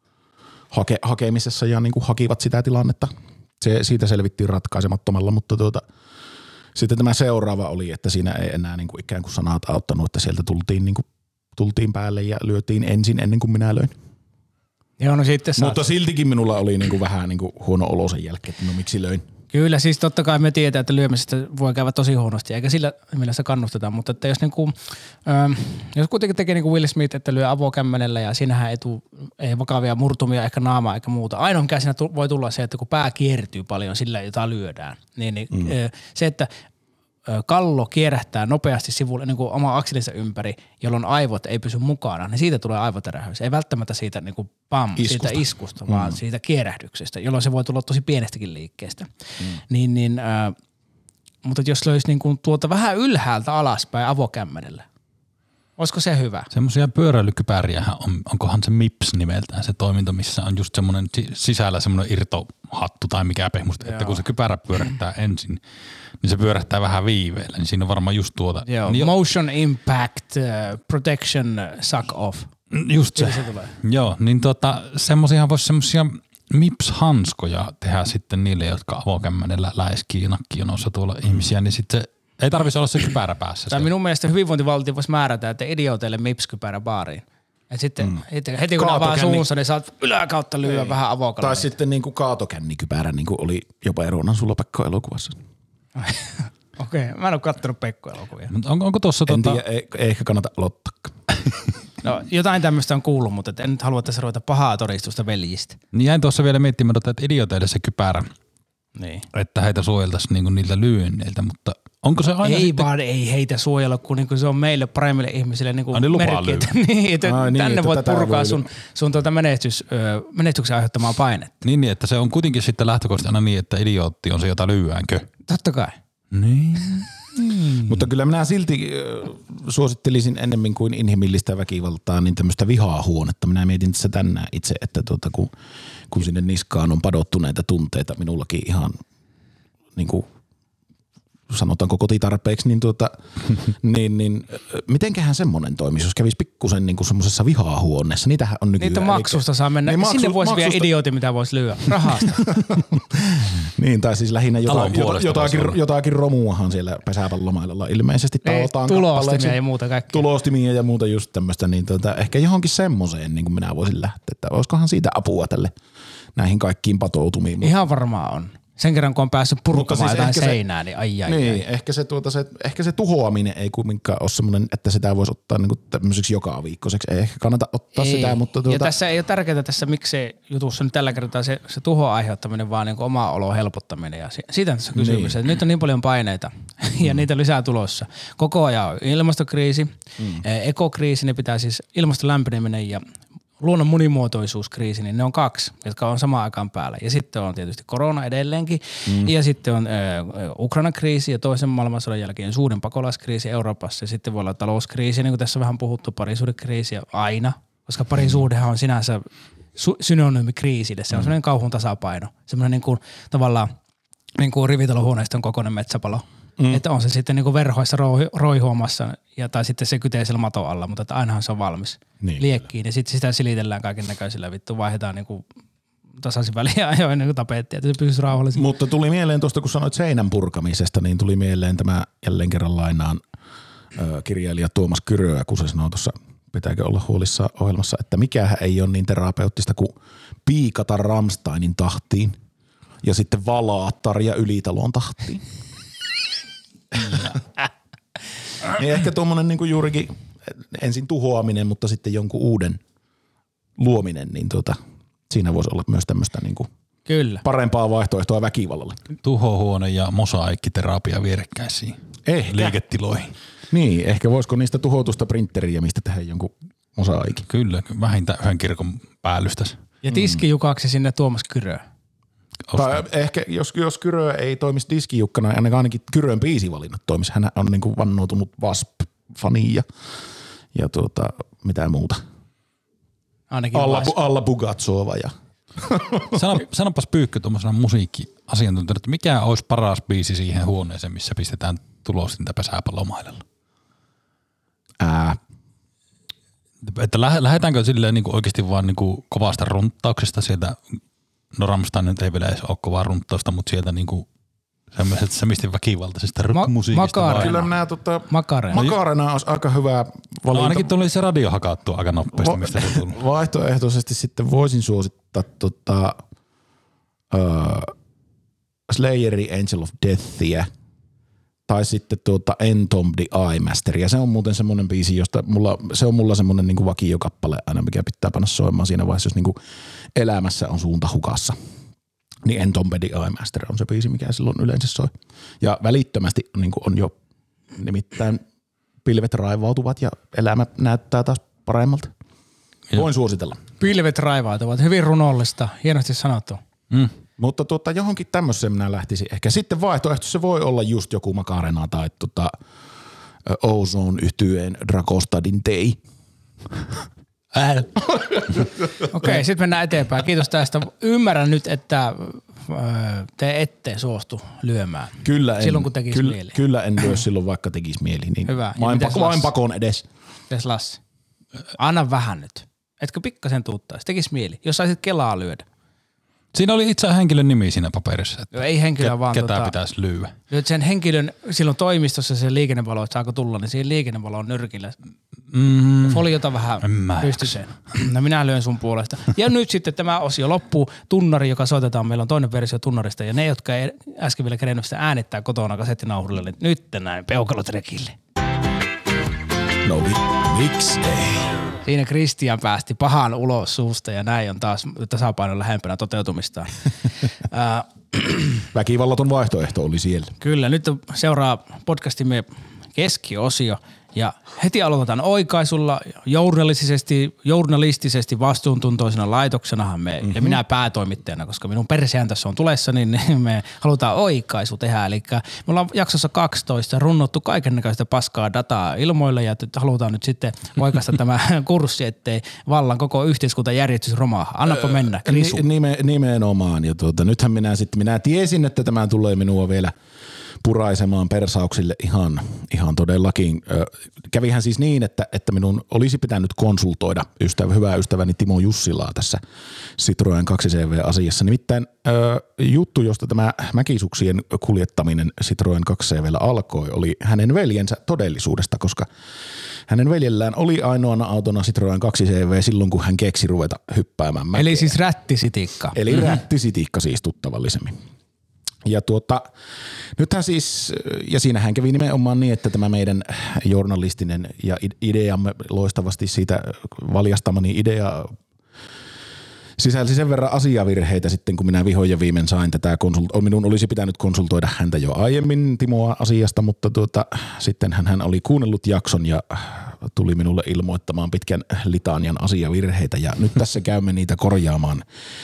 hake, hakemisessa ja niin kuin hakivat sitä tilannetta. Se, siitä selvittiin ratkaisemattomalla, mutta tuota, sitten tämä seuraava oli, että siinä ei enää niin kuin ikään kuin sanat auttanut, että sieltä tultiin, niin kuin, tultiin päälle ja lyötiin ensin ennen kuin minä löin. Joo, no sitten saat... Mutta siltikin minulla oli niinku vähän niinku huono olo sen jälkeen, että no miksi löin. Kyllä, siis totta kai me tiedetään, että lyömisestä voi käydä tosi huonosti, eikä sillä mielessä kannustetaan, mutta että jos, niinku, ähm, jos kuitenkin tekee niin kuin Will Smith, että lyö avokämmenellä ja siinähän ei tule ei vakavia murtumia, ehkä naamaa eikä muuta. Ainoa mikä siinä voi tulla se, että kun pää kiertyy paljon sillä, jota lyödään, niin, niin mm. se, että kallo kierähtää nopeasti sivulle niin kuin oma akselinsa ympäri, jolloin aivot ei pysy mukana, niin siitä tulee aivotärähdys. Ei välttämättä siitä niin kuin pam, iskusta. siitä iskusta, mm. vaan siitä kierähdyksestä, jolloin se voi tulla tosi pienestäkin liikkeestä. Mm. Niin, niin, äh, mutta jos löysi niin kuin tuolta vähän ylhäältä alaspäin avokämmenellä, olisiko se hyvä? Semmoisia pyöräilykypäriähän on, onkohan se M I P S nimeltään se toiminto, missä on just semmoinen sisällä semmoinen irtohattu tai mikä pehmusta, että kun se kypärä pyörähtää ensin, niin se pyörähtää vähän viiveellä, niin siinä on varmaan just tuota. Joo, niin motion impact uh, protection suck off. Just se. se tulee. Joo, niin tota semmosiahan voisi semmosia M I P S-hanskoja tehdä sitten niille, jotka avokämmenellä läiskii ja nakkii jonossa tuolla mm. ihmisiä, niin sitten ei tarvitsisi olla se kypärä päässä. Tai minun mielestä hyvinvointivaltio voisi määrätä, että idioteille M I P S-kypärä baariin. Et sitten mm. heti, heti kun avaa suunsa, niin saat yläkautta lyödä ei. vähän avokalla. Tai sitten niin kuin kaatokännikypärä, niin kuin oli jopa Eronan sulla Pekko elokuvassa. Okei, okay. Mä en ole kattonut Pekko-elokuvia. Mutta on, onko tuossa En tota... tiedä, ei, ei ehkä kannata aloittaakaan. No jotain tämmöistä on kuullut, mutta en nyt halua tässä ruveta pahaa todistusta veljistä. Niin jäin tuossa vielä miettimään, että idioteille se kypärä, Niin. että heitä suojeltaisiin niinku niiltä lyönneiltä, mutta onko se aina ei sitten... vaan, ei heitä suojella, kun niinku se on meille paremmille ihmisille niinku Ai, niin lupaa merkki, että, niin, että Ai niin, tänne että voit tätä purkaa voi- sun, sun tuota menestys, ö, menestyksen aiheuttamaa painetta. Niin, niin, että se on kuitenkin sitten lähtökohtaisesti aina niin, että idiootti on se, jota lyöäänkö. Totta kai. Niin. Mutta kyllä minä silti äh, suosittelisin ennemmin kuin inhimillistä väkivaltaa, niin tämmöistä vihahuonetta. Minä mietin tässä tänään itse, että tuota, kun, kun sinne niskaan on padottu näitä tunteita minullakin ihan niin kuin sanotaanko kotitarpeeksi, niin, tuota, niin, niin mitenköhän semmoinen toimisi, jos kävisi pikkusen niin kuin semmoisessa vihahuoneessa. Niitähän on nykyään. Niitä maksusta saa mennä. Niin, Sinne maksu- voisi maksusta- vielä idiootin, mitä voisi lyödä. Rahasta. Niin, tai siis lähinnä Talon jotain, puolesta jotakin, voisi olla. jotakin romuahan siellä pesäpallomailalla ilmeisesti taotaan Tulostimia kappaleeksi. ja muuta kaikkea. Tulostimia ja muuta just tämmöistä, niin tota, ehkä johonkin semmoiseen niin kuin minä voisin lähteä, että olisikohan siitä apua tälle näihin kaikkiin patoutumiin. Ihan varmaan on. Sen kerran, kun on päässyt purkamaan siis jotain ehkä se- seinää, niin ai ai Niin, ai. ehkä se, tuota, se, ehkä se tuhoaminen ei kumminkaan ole semmoinen, että sitä voisi ottaa niin kuin tämmöiseksi joka viikkoiseksi. Ei ehkä kannata ottaa Ei. sitä, mutta Ja tuota, tässä ei ole tärkeää tässä, miksi se jutussa nyt tällä kertaa se, se tuho aiheuttaminen, vaan niin oma olo helpottaminen. Ja si- siitä tässä on kysymys. Niin. Että nyt on niin paljon paineita ja niitä lisää tulossa. Koko ajan on ilmastokriisi, mm. ekokriisi, ne pitää siis ilmaston lämpeneminen ja luonnon monimuotoisuuskriisi, niin ne on kaksi, jotka on samaan aikaan päällä. Ja sitten on tietysti korona edelleenkin, mm. ja sitten on ö, Ukrainan kriisi ja toisen maailmansodan jälkeen suurin pakolaiskriisi Euroopassa, ja sitten voi olla talouskriisi, niin kuin tässä on vähän puhuttu, parisuhdekriisi aina, koska parisuhdehan on sinänsä su- synonyymi kriisille, se on semmoinen kauhun tasapaino, semmoinen niin kuin tavallaan niin kuin rivitalohuoneiston kokoinen metsäpalo. Mm. Että on se sitten niinku verhoissa roi, roihuomassa ja, tai sitten se kytee siellä maton alla, mutta että ainahan se on valmis Niin. liekkiin. Ja sitten sitä silitellään kaiken näköisillä vittu, vaihdetaan niinku tasaisin väliä ajoin niinku tapettia, että se pysyisi rauhallisena. Mutta tuli mieleen tuosta, kun sanoit seinän purkamisesta, niin tuli mieleen tämä jälleen kerran lainaan ö, kirjailija Tuomas Kyröä, kun se sanoo tuossa, pitääkö olla huolissaan ohjelmassa, että mikähän ei ole niin terapeuttista kuin piikata Rammsteinin tahtiin ja sitten valaa Tarja Ylitalon tahtiin. Niin ehkä tuommoinen niin kuin juurikin ensin tuhoaminen, mutta sitten jonkun uuden luominen, niin tuota, siinä voisi olla myös tämmöistä niin kuin Kyllä. parempaa vaihtoehtoa väkivallalle. Tuhohuone ja mosaiikkiterapia vierekkäisiin Ehkä. liiketiloihin. Niin, ehkä voisiko niistä tuhotusta printeriä, mistä tehdä jonkun mosaikin. Kyllä, vähintään yhden kirkon päällystäisi. Ja tiskijukaksi sinne Tuomas Kyrö. Tai ehkä, jos, jos Kyrö ei toimisi diskijukkana, ainakaan ainakin Kyrön biisivalinnat toimisi. Hän on niin kuin vannoutunut W A S P-fani ja, ja tuota, mitä muuta. Ainakin Alla, Alla, Alla Bugatsova ja Sano, sanopas Pyykkö tuommoisena musiikkiasiantuntijana, että mikä olisi paras biisi siihen huoneeseen, missä pistetään tulostinta pesäpallomailalla? ää, Että lähe- lähdetäänkö silleen niin kuin oikeasti vaan niin kuin kovasta runttauksesta sieltä, no Rammstein nyt ei vielä edes ole kovaa runttausta, mutta sieltä niin kuin semmoisesta semmoista väkivaltaisesta rockmusiikista. Makarena. vai- kyllä nämä tota, Makarena. Makarena olisi aika hyvä No valinta. ainakin tuli se radio hakattu aika nopeasti, Va- mistä se tuli. Vaihtoehtoisesti sitten voisin suosittaa tota, uh, Slayerin Angel of Deathia tai sitten tuota Entomb the Eye Masteria. Se on muuten semmoinen biisi, josta mulla, se on mulla semmoinen niin kuin vakiokappale aina, mikä pitää panna soimaan siinä vaiheessa, jos niin kuin elämässä on suunta hukassa. Niin Entomb the Eye Master on se biisi, mikä silloin yleensä soi. Ja välittömästi niin kuin on jo nimittäin pilvet raivautuvat ja elämä näyttää taas paremmalta. Voin suositella. Pilvet raivautuvat, hyvin runollista, hienosti sanottu. Mm. Mutta tuota, johonkin tämmöiseen minä lähtisin. Ehkä sitten vaihtoehto se voi olla just joku Makarena tai tota, Ozone yhtyeen Dragostadin Tei. Okei, okay, sitten mennään eteenpäin. Kiitos tästä. Ymmärrän nyt, että ö, te ette suostu lyömään. Kyllä en, Silloin, kun tekisi kyllä, mieli. Kyllä en lyö silloin, vaikka tekisi mieli. Niin Hyvä. Ja vain, mites pako, vain Lassi? pakon edes. Mites Lassi? Anna vähän nyt. Etkö pikkasen tuuttaisi? Tekisi mieli. Jos saisit Kelaa lyödä. Siinä oli itse henkilön nimi siinä paperissa, että Joo, ei henkilöä ke- vaan ketä tota, pitäisi lyödä. lyöt sen henkilön silloin toimistossa sen liikennevalo, että saako tulla, niin siihen liikennevaloon nyrkillä. mm. foliota vähän en pystyiseen. No minä lyön sun puolesta. Ja nyt sitten tämä osio loppuu. Tunnari, joka soitetaan. Meillä on toinen versio tunnarista. Ja ne, jotka ei äsken vielä kerennyt sitä äänittää kotona kasettinauhurille, niin nyt näin peukalot rekille. No miksi ei? Siinä Kristian päästi pahan ulos suusta ja näin on taas tasapaino lähempänä toteutumistaan. Väkivallaton vaihtoehto oli siellä. Kyllä, nyt seuraa podcastimme keskiosio ja heti aloitetaan oikaisulla journalistisesti, journalistisesti vastuuntuntoisena laitoksenahan me, mm-hmm. ja minä päätoimittajana, koska minun perseään tässä on tulessa, niin me halutaan oikaisu tehdä. Eli me ollaan jaksossa kaksitoista runnottu kaikennäköistä paskaa dataa ilmoille ja halutaan nyt sitten oikaista tämä kurssi, ettei vallan koko yhteiskuntajärjestys romaa. Annapa mennä, Krisu. Nime, nimenomaan. Ja tuota, nythän minä sitten, minä tiesin, että tämä tulee minua vielä puraisemaan persauksille ihan, ihan todellakin. Kävihän siis niin, että, että minun olisi pitänyt konsultoida ystävä, hyvää ystäväni Timo Jussilaa tässä Citroen kaksi C V-asiassa. Nimittäin ö, juttu, josta tämä mäkisuksien kuljettaminen Citroen kaksi C V:llä alkoi, oli hänen veljensä todellisuudesta, koska hänen veljellään oli ainoana autona Citroen kaksi C V silloin, kun hän keksi ruveta hyppäämään mäkeä. Eli siis rättisitikka. Eli mm-hmm. rättisitikka siis tuttavallisemmin. Ja tuota, nythän siis, ja siinähän kävi nimenomaan niin, että tämä meidän journalistinen ja ideamme loistavasti siitä valjastamani idea sisälsi sen verran asiavirheitä sitten, kun minä vihoin ja viimein sain tätä konsult- minun olisi pitänyt konsultoida häntä jo aiemmin Timoa asiasta, mutta tuota, sitten hän oli kuunnellut jakson ja tuli minulle ilmoittamaan pitkän litanian asiavirheitä ja nyt tässä käymme niitä korjaamaan.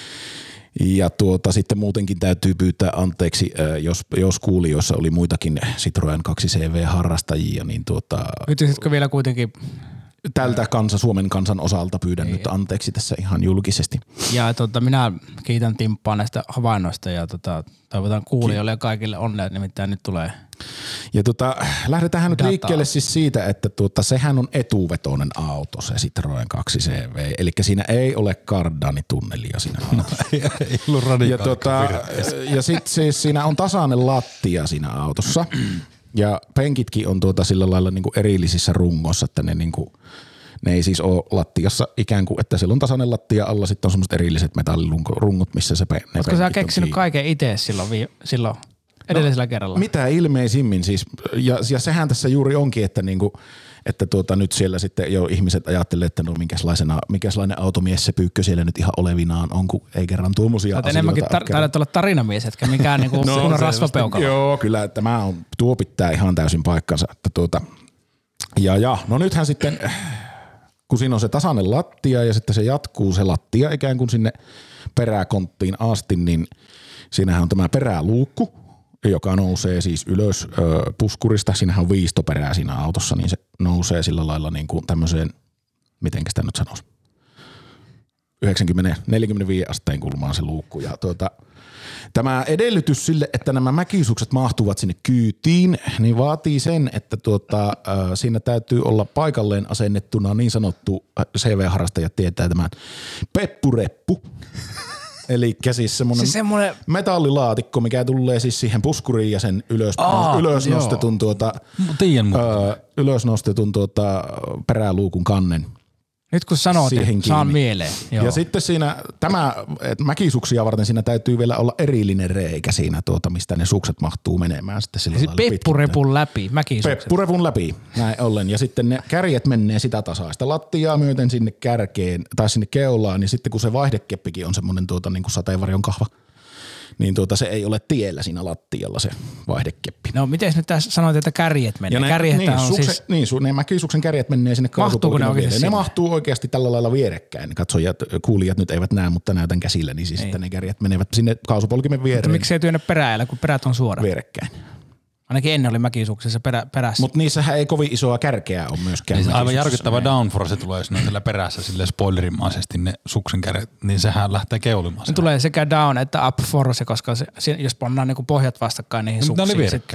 Ja tuota, sitten muutenkin täytyy pyytää anteeksi, jos, jos kuulijoissa oli muitakin Citroen kaksi C V-harrastajia, niin tuota... Pyytäisitkö vielä kuitenkin... Tältä kansa, Suomen kansan osalta pyydän Ei. nyt anteeksi tässä ihan julkisesti. Ja tuota, minä kiitän Timppaa näistä havainnoista ja tuota, toivotan kuulijoille ja kaikille onnea, nimittäin nyt tulee... Ja tota, lähdetään nyt liikkeelle siis siitä, että tuota, sehän on etuvetoinen auto, se Citroen kaksi C V. Eli siinä ei ole kardaanitunnelia siinä autossa. ei, ei ollut ja tota, ja sitten siis siinä on tasainen lattia siinä autossa. Ja penkitkin on tuota sillä lailla niinku erillisissä rungossa, että ne, niinku, ne ei siis ole lattiassa ikään kuin, että siellä on tasainen lattia alla, sitten on semmoiset erilliset metallirungot, missä se pe- ne Oletko sä keksinyt kaiken itse silloin, vi- silloin edellisellä no, kerralla? Mitä ilmeisimmin siis, ja, ja sehän tässä juuri onkin, että niinku, että tuota, nyt siellä sitten jo ihmiset ajattelee, että no minkälaisena, minkälainen automies se Pyykkö siellä nyt ihan olevinaan on, kun ei kerran tuommoisia asioita. Enemmänkin tar- taidat olla tarinamies, etkä mikään niinku no, rasvapeukalo. Joo, kyllä tämä on, tuo pitää ihan täysin paikkansa. Että tuota, ja, ja no nythän sitten, kun siinä on se tasainen lattia ja sitten se jatkuu se lattia ikään kuin sinne peräkonttiin asti, niin siinähän on tämä peräluukku, joka nousee siis ylös ö, puskurista. Siinähän on viistoperää siinä autossa, niin se nousee sillä lailla niin kuin tämmöiseen, mitenkä sitä nyt sanoisi, yhdeksänkymmentä neljäkymmentäviisi asteen kulmaan se luukku. Ja tuota, tämä edellytys sille, että nämä mäkisukset mahtuvat sinne kyytiin, niin vaatii sen, että tuota, äh, siinä täytyy olla paikalleen asennettuna niin sanottu, äh, C V-harrastajat tietää tämän, peppureppu. Eli siis semmoinen se semmoinen metallilaatikko, mikä tulee siis siihen puskuriin ja sen ylös, Aa, ylös nostetun, tuota, öö, ylös nostetun tuota, peräluukun kannen. Nyt kun sanot, saan mieleen. Joo. Ja sitten siinä, tämä, mäkisuksia varten siinä täytyy vielä olla erillinen reikä siinä, tuota, mistä ne sukset mahtuu menemään. Sitten sillä lailla peppurepun läpi, mäkisukset. Peppurepun läpi, näin ollen. Ja sitten ne kärjet menee sitä tasaista lattiaa myöten sinne kärkeen tai sinne keulaan, niin sitten kun se vaihdekeppikin on semmoinen tuota, niin kuin sateenvarjon kahva, niin tuota, se ei ole tiellä siinä lattialla se vaihdekeppi. No miten nyt tässä sanoit, että kärjet menee? Ne, niin, on sukse, siis... niin su, ne mäkisuksen kärjet menee sinne kaasupolkimen viereen. Ne mahtuu oikeasti tällä lailla vierekkäin. Katsojat, kuulijat nyt eivät näe, mutta näytän käsillä, niin siis että ne kärjet menevät sinne kaasupolkimen viereen. Mutta miksi ei työnnä peräällä, kun perät on suorat? Vierekkäin. Ainakin ennen oli mäkisuksessa perä, perässä. Mutta niissähän ei kovin isoa kärkeä ole myöskään. Niin aivan järkyttävä downforce tulee, jos ne on siellä perässä silleen spoilerimaisesti ne suksen kärjet, niin sehän lähtee keulimaan. Ne tulee sekä down että up force, koska se, jos pannaan niinku pohjat vastakkain niihin no, suksiin. Ne oli vierekkäin.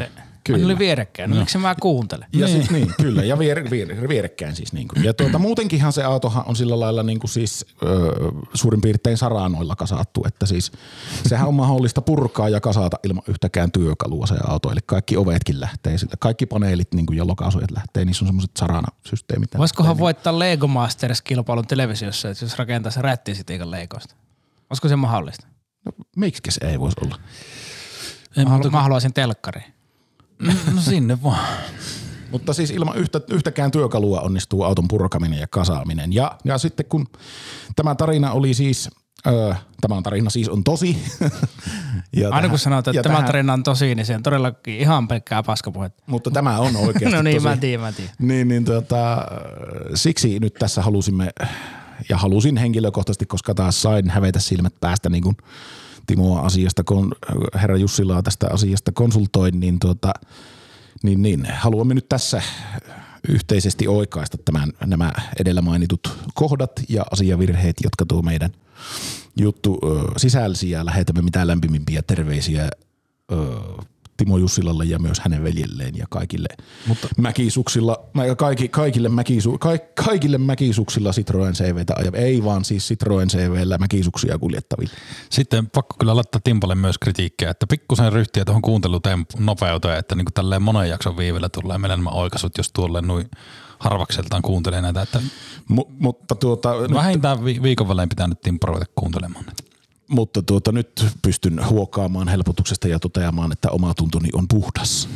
Kyllä. Oli vierekkäin, no, no. Miksi mä kuuntelen? Ja niin. Sit, niin, kyllä, ja vier, vier, vierekkäin siis. Niin kuin. Ja tuota, muutenkinhan se autohan on sillä lailla niin kuin siis, ö, suurin piirtein saranoilla kasattu, että siis sehän on mahdollista purkaa ja kasata ilman yhtäkään työkalua se auto, eli kaikki ovetkin lähtee sillä, kaikki paneelit niin kuin ja lokausujat lähtee, niissä on semmoiset saranasysteemit. Voisikohan lähtee, voittaa niin. Lego Masters-kilpailun televisiossa, että jos rakentaisi rättisitiikan Legosta? Olisiko se mahdollista? No, miksi se ei voisi olla? Mä, halu, mä haluaisin telkkariin. No sinne vaan. Mutta siis ilman yhtä, yhtäkään työkalua onnistuu auton purkaminen ja kasaaminen. Ja, ja sitten kun tämä tarina oli siis, öö, tämä tarina siis on tosi. ja aina kun sanotaan, että tämä tähän, tarina on tosi, niin se on todellakin ihan pelkkää paskapuhetta. Mutta tämä on oikeasti no niin, tosi. mä tiedän, mä tiedän. Niin, niin tota, siksi nyt tässä halusimme, ja halusin henkilökohtaisesti, koska taas sain hävetä silmät päästä niin kuin Timoa asiasta, kun herra Jussilaa tästä asiasta konsultoin, niin, tuota, niin, niin haluamme nyt tässä yhteisesti oikaista tämän, nämä edellä mainitut kohdat ja asiavirheet, jotka tuo meidän juttu ö, sisälsi ja lähetämme mitä lämpimimpiä terveisiä ö, Timo Jussilalle ja myös hänen veljelleen ja kaikille Mutta, mäkisuksilla, kaikki, kaikille, mäkisu, ka, kaikille mäkisuksilla Citroen C V:tä ajaville, ei vaan siis Citroen C V:llä mäkisuksia kuljettaville. Sitten pakko kyllä laittaa Timpalle myös kritiikkiä, että pikkusen ryhtiä tuohon kuuntelunopeuteen, että niin kuin tälleen monen jakson viivellä tulee meillä nämä oikaisut, jos tuolle noin harvakseltaan kuuntelee näitä. Että M- mutta tuota, vähintään vi- viikon välein pitää nyt Timppa ruveta kuuntelemaan näitä. Mutta tuota, nyt pystyn huokaamaan helpotuksesta ja toteamaan, että oma tuntoni on puhdas.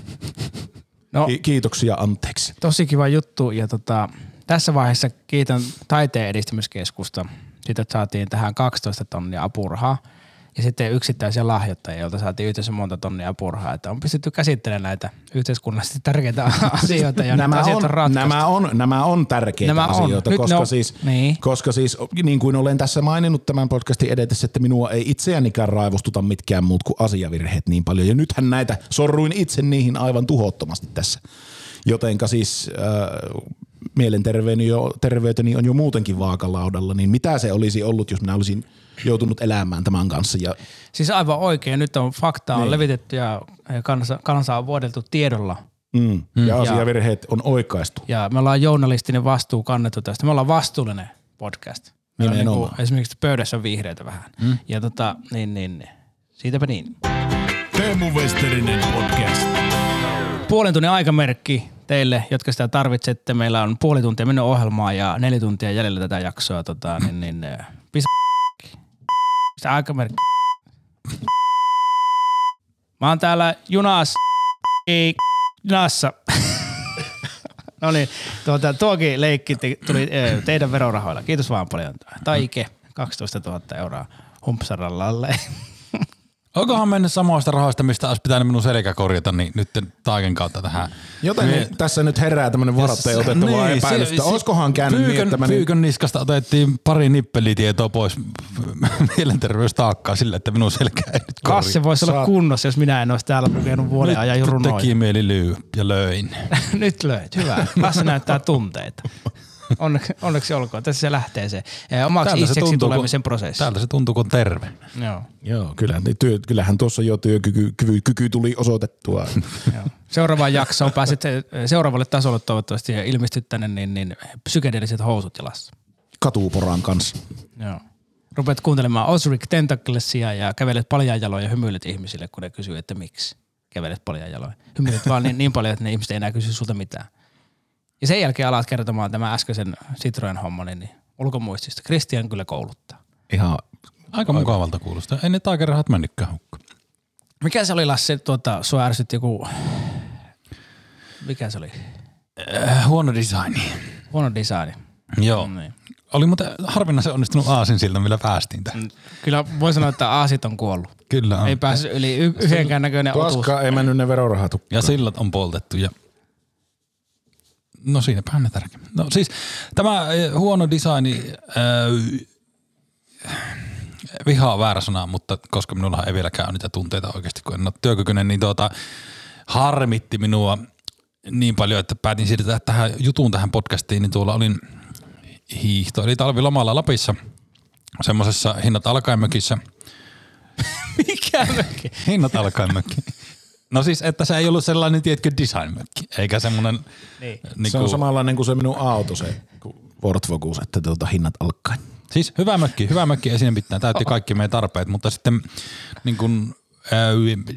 No, Ki- kiitoksia, anteeksi. Tosi kiva juttu ja tota, tässä vaiheessa kiitän Taiteen edistämiskeskusta. Siitä saatiin tähän kaksitoista tonnia apurahaa ja sitten yksittäisiä lahjoittajia, joilta saatiin yhteensä monta tonnia apurahaa. Että on pystytty käsittelemään näitä yhteiskunnallisesti tärkeitä asioita ja nämä, asiat on, on nämä, on, nämä on tärkeitä nämä asioita, on. Koska, siis, niin. koska siis niin kuin olen tässä maininnut tämän podcastin edetessä, että minua ei itseänikään raivostuta mitkään muut kuin asiavirheet niin paljon. Ja nythän näitä sorruin itse niihin aivan tuhottomasti tässä. Jotenka siis äh, mielenterveyteni on jo muutenkin vaakalaudalla, niin mitä se olisi ollut, jos minä olisin joutunut elämään tämän kanssa. Ja siis aivan oikein. Nyt on faktaa on niin. levitetty ja kansa, kansa on vuodeltu tiedolla. Mm. Mm. Ja asiavirheet on oikaistu. Ja me ollaan journalistinen vastuu kannettu tästä. Me ollaan vastuullinen podcast. Niin kuin, esimerkiksi pöydässä on vihreitä vähän. Mm. Ja tota, niin, niin, siitäpä niin. Teemu Westerinen podcast. Puolen tunnin aikamerkki teille, jotka sitä tarvitsette. Meillä on puoli tuntia mennyt ohjelmaa ja neljä tuntia jäljellä tätä jaksoa. Tota, niin, niin, pistä Sitä aikamerkki. Mä oon täällä junas, junassa. No niin, tuota, tuokin leikki tuli teidän verorahoilla. Kiitos vaan paljon. Taike, kaksitoista tuhatta euroa humpsarallalle. Onkohan mennyt samoista rahoista, mistä olisi pitänyt minun selkä korjata, niin nyt Taiken kautta tähän. Joten me, tässä nyt herää tämmöinen varatteen otettavaa niin, epäilystä. Si, Olisikohan käynyt pyykön, niin, että mä Pyykön niskasta otettiin pari nippelitietoa pois mielenterveystaakkaa sillä, että minun selkä ei nyt korjaa. Kassi voisi olla kunnossa, jos minä en olisi täällä lukenut vuoden ajan runoja. Nyt teki mieli lyy ja löin. Nyt löit, hyvä. Kassi näyttää tunteita. Onneksi, onneksi olkoon. Tässä se lähtee se omaksi itseksi tulemisen prosessi. Täältä se tuntuu, kun terve. Joo. Joo, kyllähän, työ, kyllähän tuossa jo työkyky kyky, kyky tuli osoitettua. Seuraavaan jaksoon pääset seuraavalle tasolle toivottavasti ja ilmestyt tänne niin, niin psykedeliset housut jalassa. Katuuporan kanssa. Joo. Rupeat kuuntelemaan Ozric Tentaclesia ja kävelet paljaan jaloin ja hymyilet ihmisille, kun ne kysyy, että miksi kävelet paljaan jaloin. Hymyilet vaan niin, niin paljon, että ne ihmiset ei enää kysy sulta mitään. Ja sen jälkeen alat kertomaan tämä äskeisen Citroen hommani niin ulkomuistista. Christian kyllä kouluttaa. Ihan aika mukavalta kuulostaa. Ei ne taikerahat mennytkään hukkaan. Mikä se oli, Lasse, tuota, sua ärsytti joku, mikä se oli? Äh, huono designi. Huono designi. Joo. No niin. Oli muuten harvinaisen onnistunut aasinsilta, millä päästiin tähän. Kyllä voi sanoa, että aasit on kuollut. Kyllä on. Ei päässyt yli y- yhdenkään näköinen otus. Paskaa ei mennyt ne verorahat hukkaan. Ja sillat on poltettu ja no siinäpähän ne tärkeä. No siis tämä huono designi, äh, viha on väärä sana, mutta koska minulla ei vieläkään ole niitä tunteita oikeasti, kun en ole työkykyinen, niin tuota, harmitti minua niin paljon, että päätin siirtää tähän jutun tähän podcastiin, niin tuolla olin hiihto, eli talvilomalla Lapissa, semmoisessa hinnat alkaen mökissä. Mikä mökki? Hinnat alkaen mökki. No siis, että se ei ollut sellainen, tiedätkö, designmökki, eikä semmoinen... Niin. Niin se on samanlainen kuin se minun auto, se Ford Focus, että tuota hinnat alkaen. Siis hyvä mökki, hyvä mökki ei siinä mitään, täytti kaikki meidän tarpeet, mutta sitten niin kun, ää,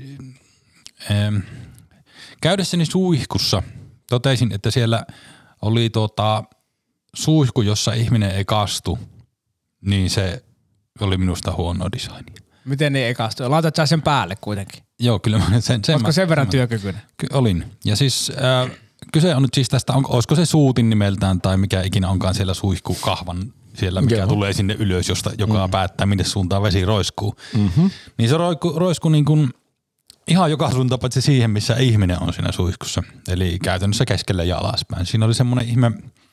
ää, käydessäni suihkussa totesin, että siellä oli tuota, suihku, jossa ihminen ei kastu, niin se oli minusta huono design. Miten niin ei kastu? Laitat sä sen päälle kuitenkin? Joo, kyllä mä sen... sen Oletko mä, sen verran mä, työkykyinen? Ky- olin. Ja siis äh, kyse on nyt siis tästä, on, olisiko se suutin nimeltään tai mikä ikinä onkaan siellä suihkukahvan siellä, mikä Joo. tulee sinne ylös, josta joka mm. päättää, minne suuntaan vesi roiskuu. Mm-hmm. Niin se roikku, roiskuu niin kuin ihan joka suuntaan, paitsi siihen, missä ihminen on siinä suihkussa. Eli käytännössä keskelle ja alaspäin. Siinä oli semmoinen ihme...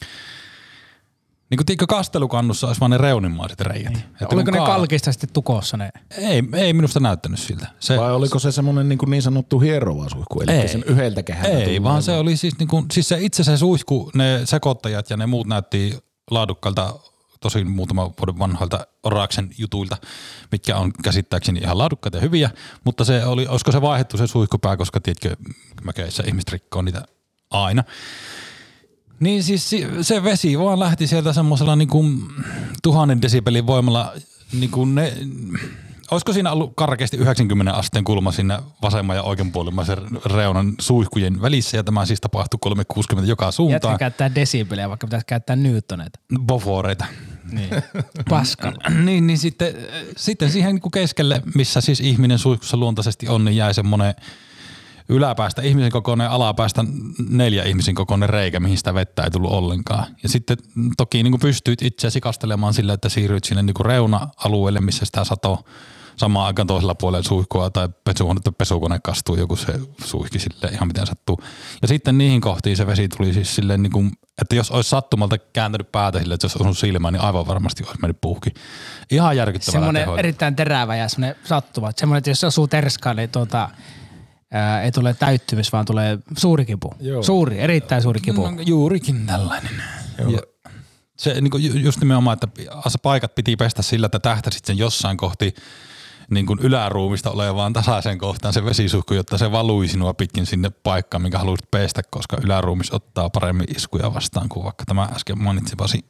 Niin kuin tiikka kastelukannussa olisi vaan ne reunimmaiset reijät. Niin. Oliko ne kaala... kalkista sitten tukossa ne? Ei, ei minusta näyttänyt siltä. Se, Vai oliko se semmoinen niin, niin sanottu hierova suihku, eli ei, sen yhdeltä kehältä? Ei, vaan se oli siis, niin kuin, siis se itse se suihku, ne sekoittajat ja ne muut näytti laadukkailta, tosi muutaman vuoden vanhoilta Oraksen jutuilta, mitkä on käsittääkseni ihan laadukkaita ja hyviä, mutta se oli, olisiko se vaihdettu se suihkupää, koska tiedätkö, mökeissä ihmiset rikkoo niitä aina. Niin siis se vesi vaan lähti sieltä semmoisella niinku tuhannen desibelin voimalla, niinku ne, olisiko siinä ollut karkeasti yhdeksänkymmentä asteen kulma sinne vasemman ja oikeanpuolimmaisen reunan suihkujen välissä ja tämä siis tapahtui kolmesataakuusikymmentä joka suuntaan. Jätkä käyttää desibeliä, vaikka pitäisi käyttää newtoneita. Boforeita. Niin. Paskalla. niin, niin sitten, sitten siihen niinku keskelle, missä siis ihminen suihkussa luontaisesti on, niin jäi semmoinen yläpäästä ihmisen kokoinen, alapäästä neljä ihmisen kokoinen reikä, mihin sitä vettä ei tullut ollenkaan. Ja sitten toki niin kuin pystyit itseäsi kastelemaan sillä, että siirryit sinne niin kuin reuna-alueelle, missä sitä sato samaan aikaan toisella puolella suihkua tai pesuhuonetta pesukone kastuu, joku se suihki silleen ihan miten sattuu. Ja sitten niihin kohtiin se vesi tuli siis silleen niin kuin, että jos olisi sattumalta kääntänyt päätä silleen, että jos olisi silmään, niin aivan varmasti olisi mennyt puhki. Ihan järkyttävällä semmoinen tehoilla. Erittäin terävä ja semmoinen sattuva. Semmoinen, että jos se osuu terskaan, niin tuota... Ää, ei tule täyttymys, vaan tulee suuri kipu. Joo. Suuri, erittäin suuri kipu. No, juurikin tällainen. Ja se niin kuin just nimenomaan, että paikat piti pestä sillä, että tähtäsit sen jossain kohti niin kuin yläruumista olevaan tasaiseen kohtaan se vesisuhku, jotta se valui sinua pitkin sinne paikkaan, minkä haluaisit pestä, koska yläruumis ottaa paremmin iskuja vastaan kuin vaikka tämä äsken mainitsemasi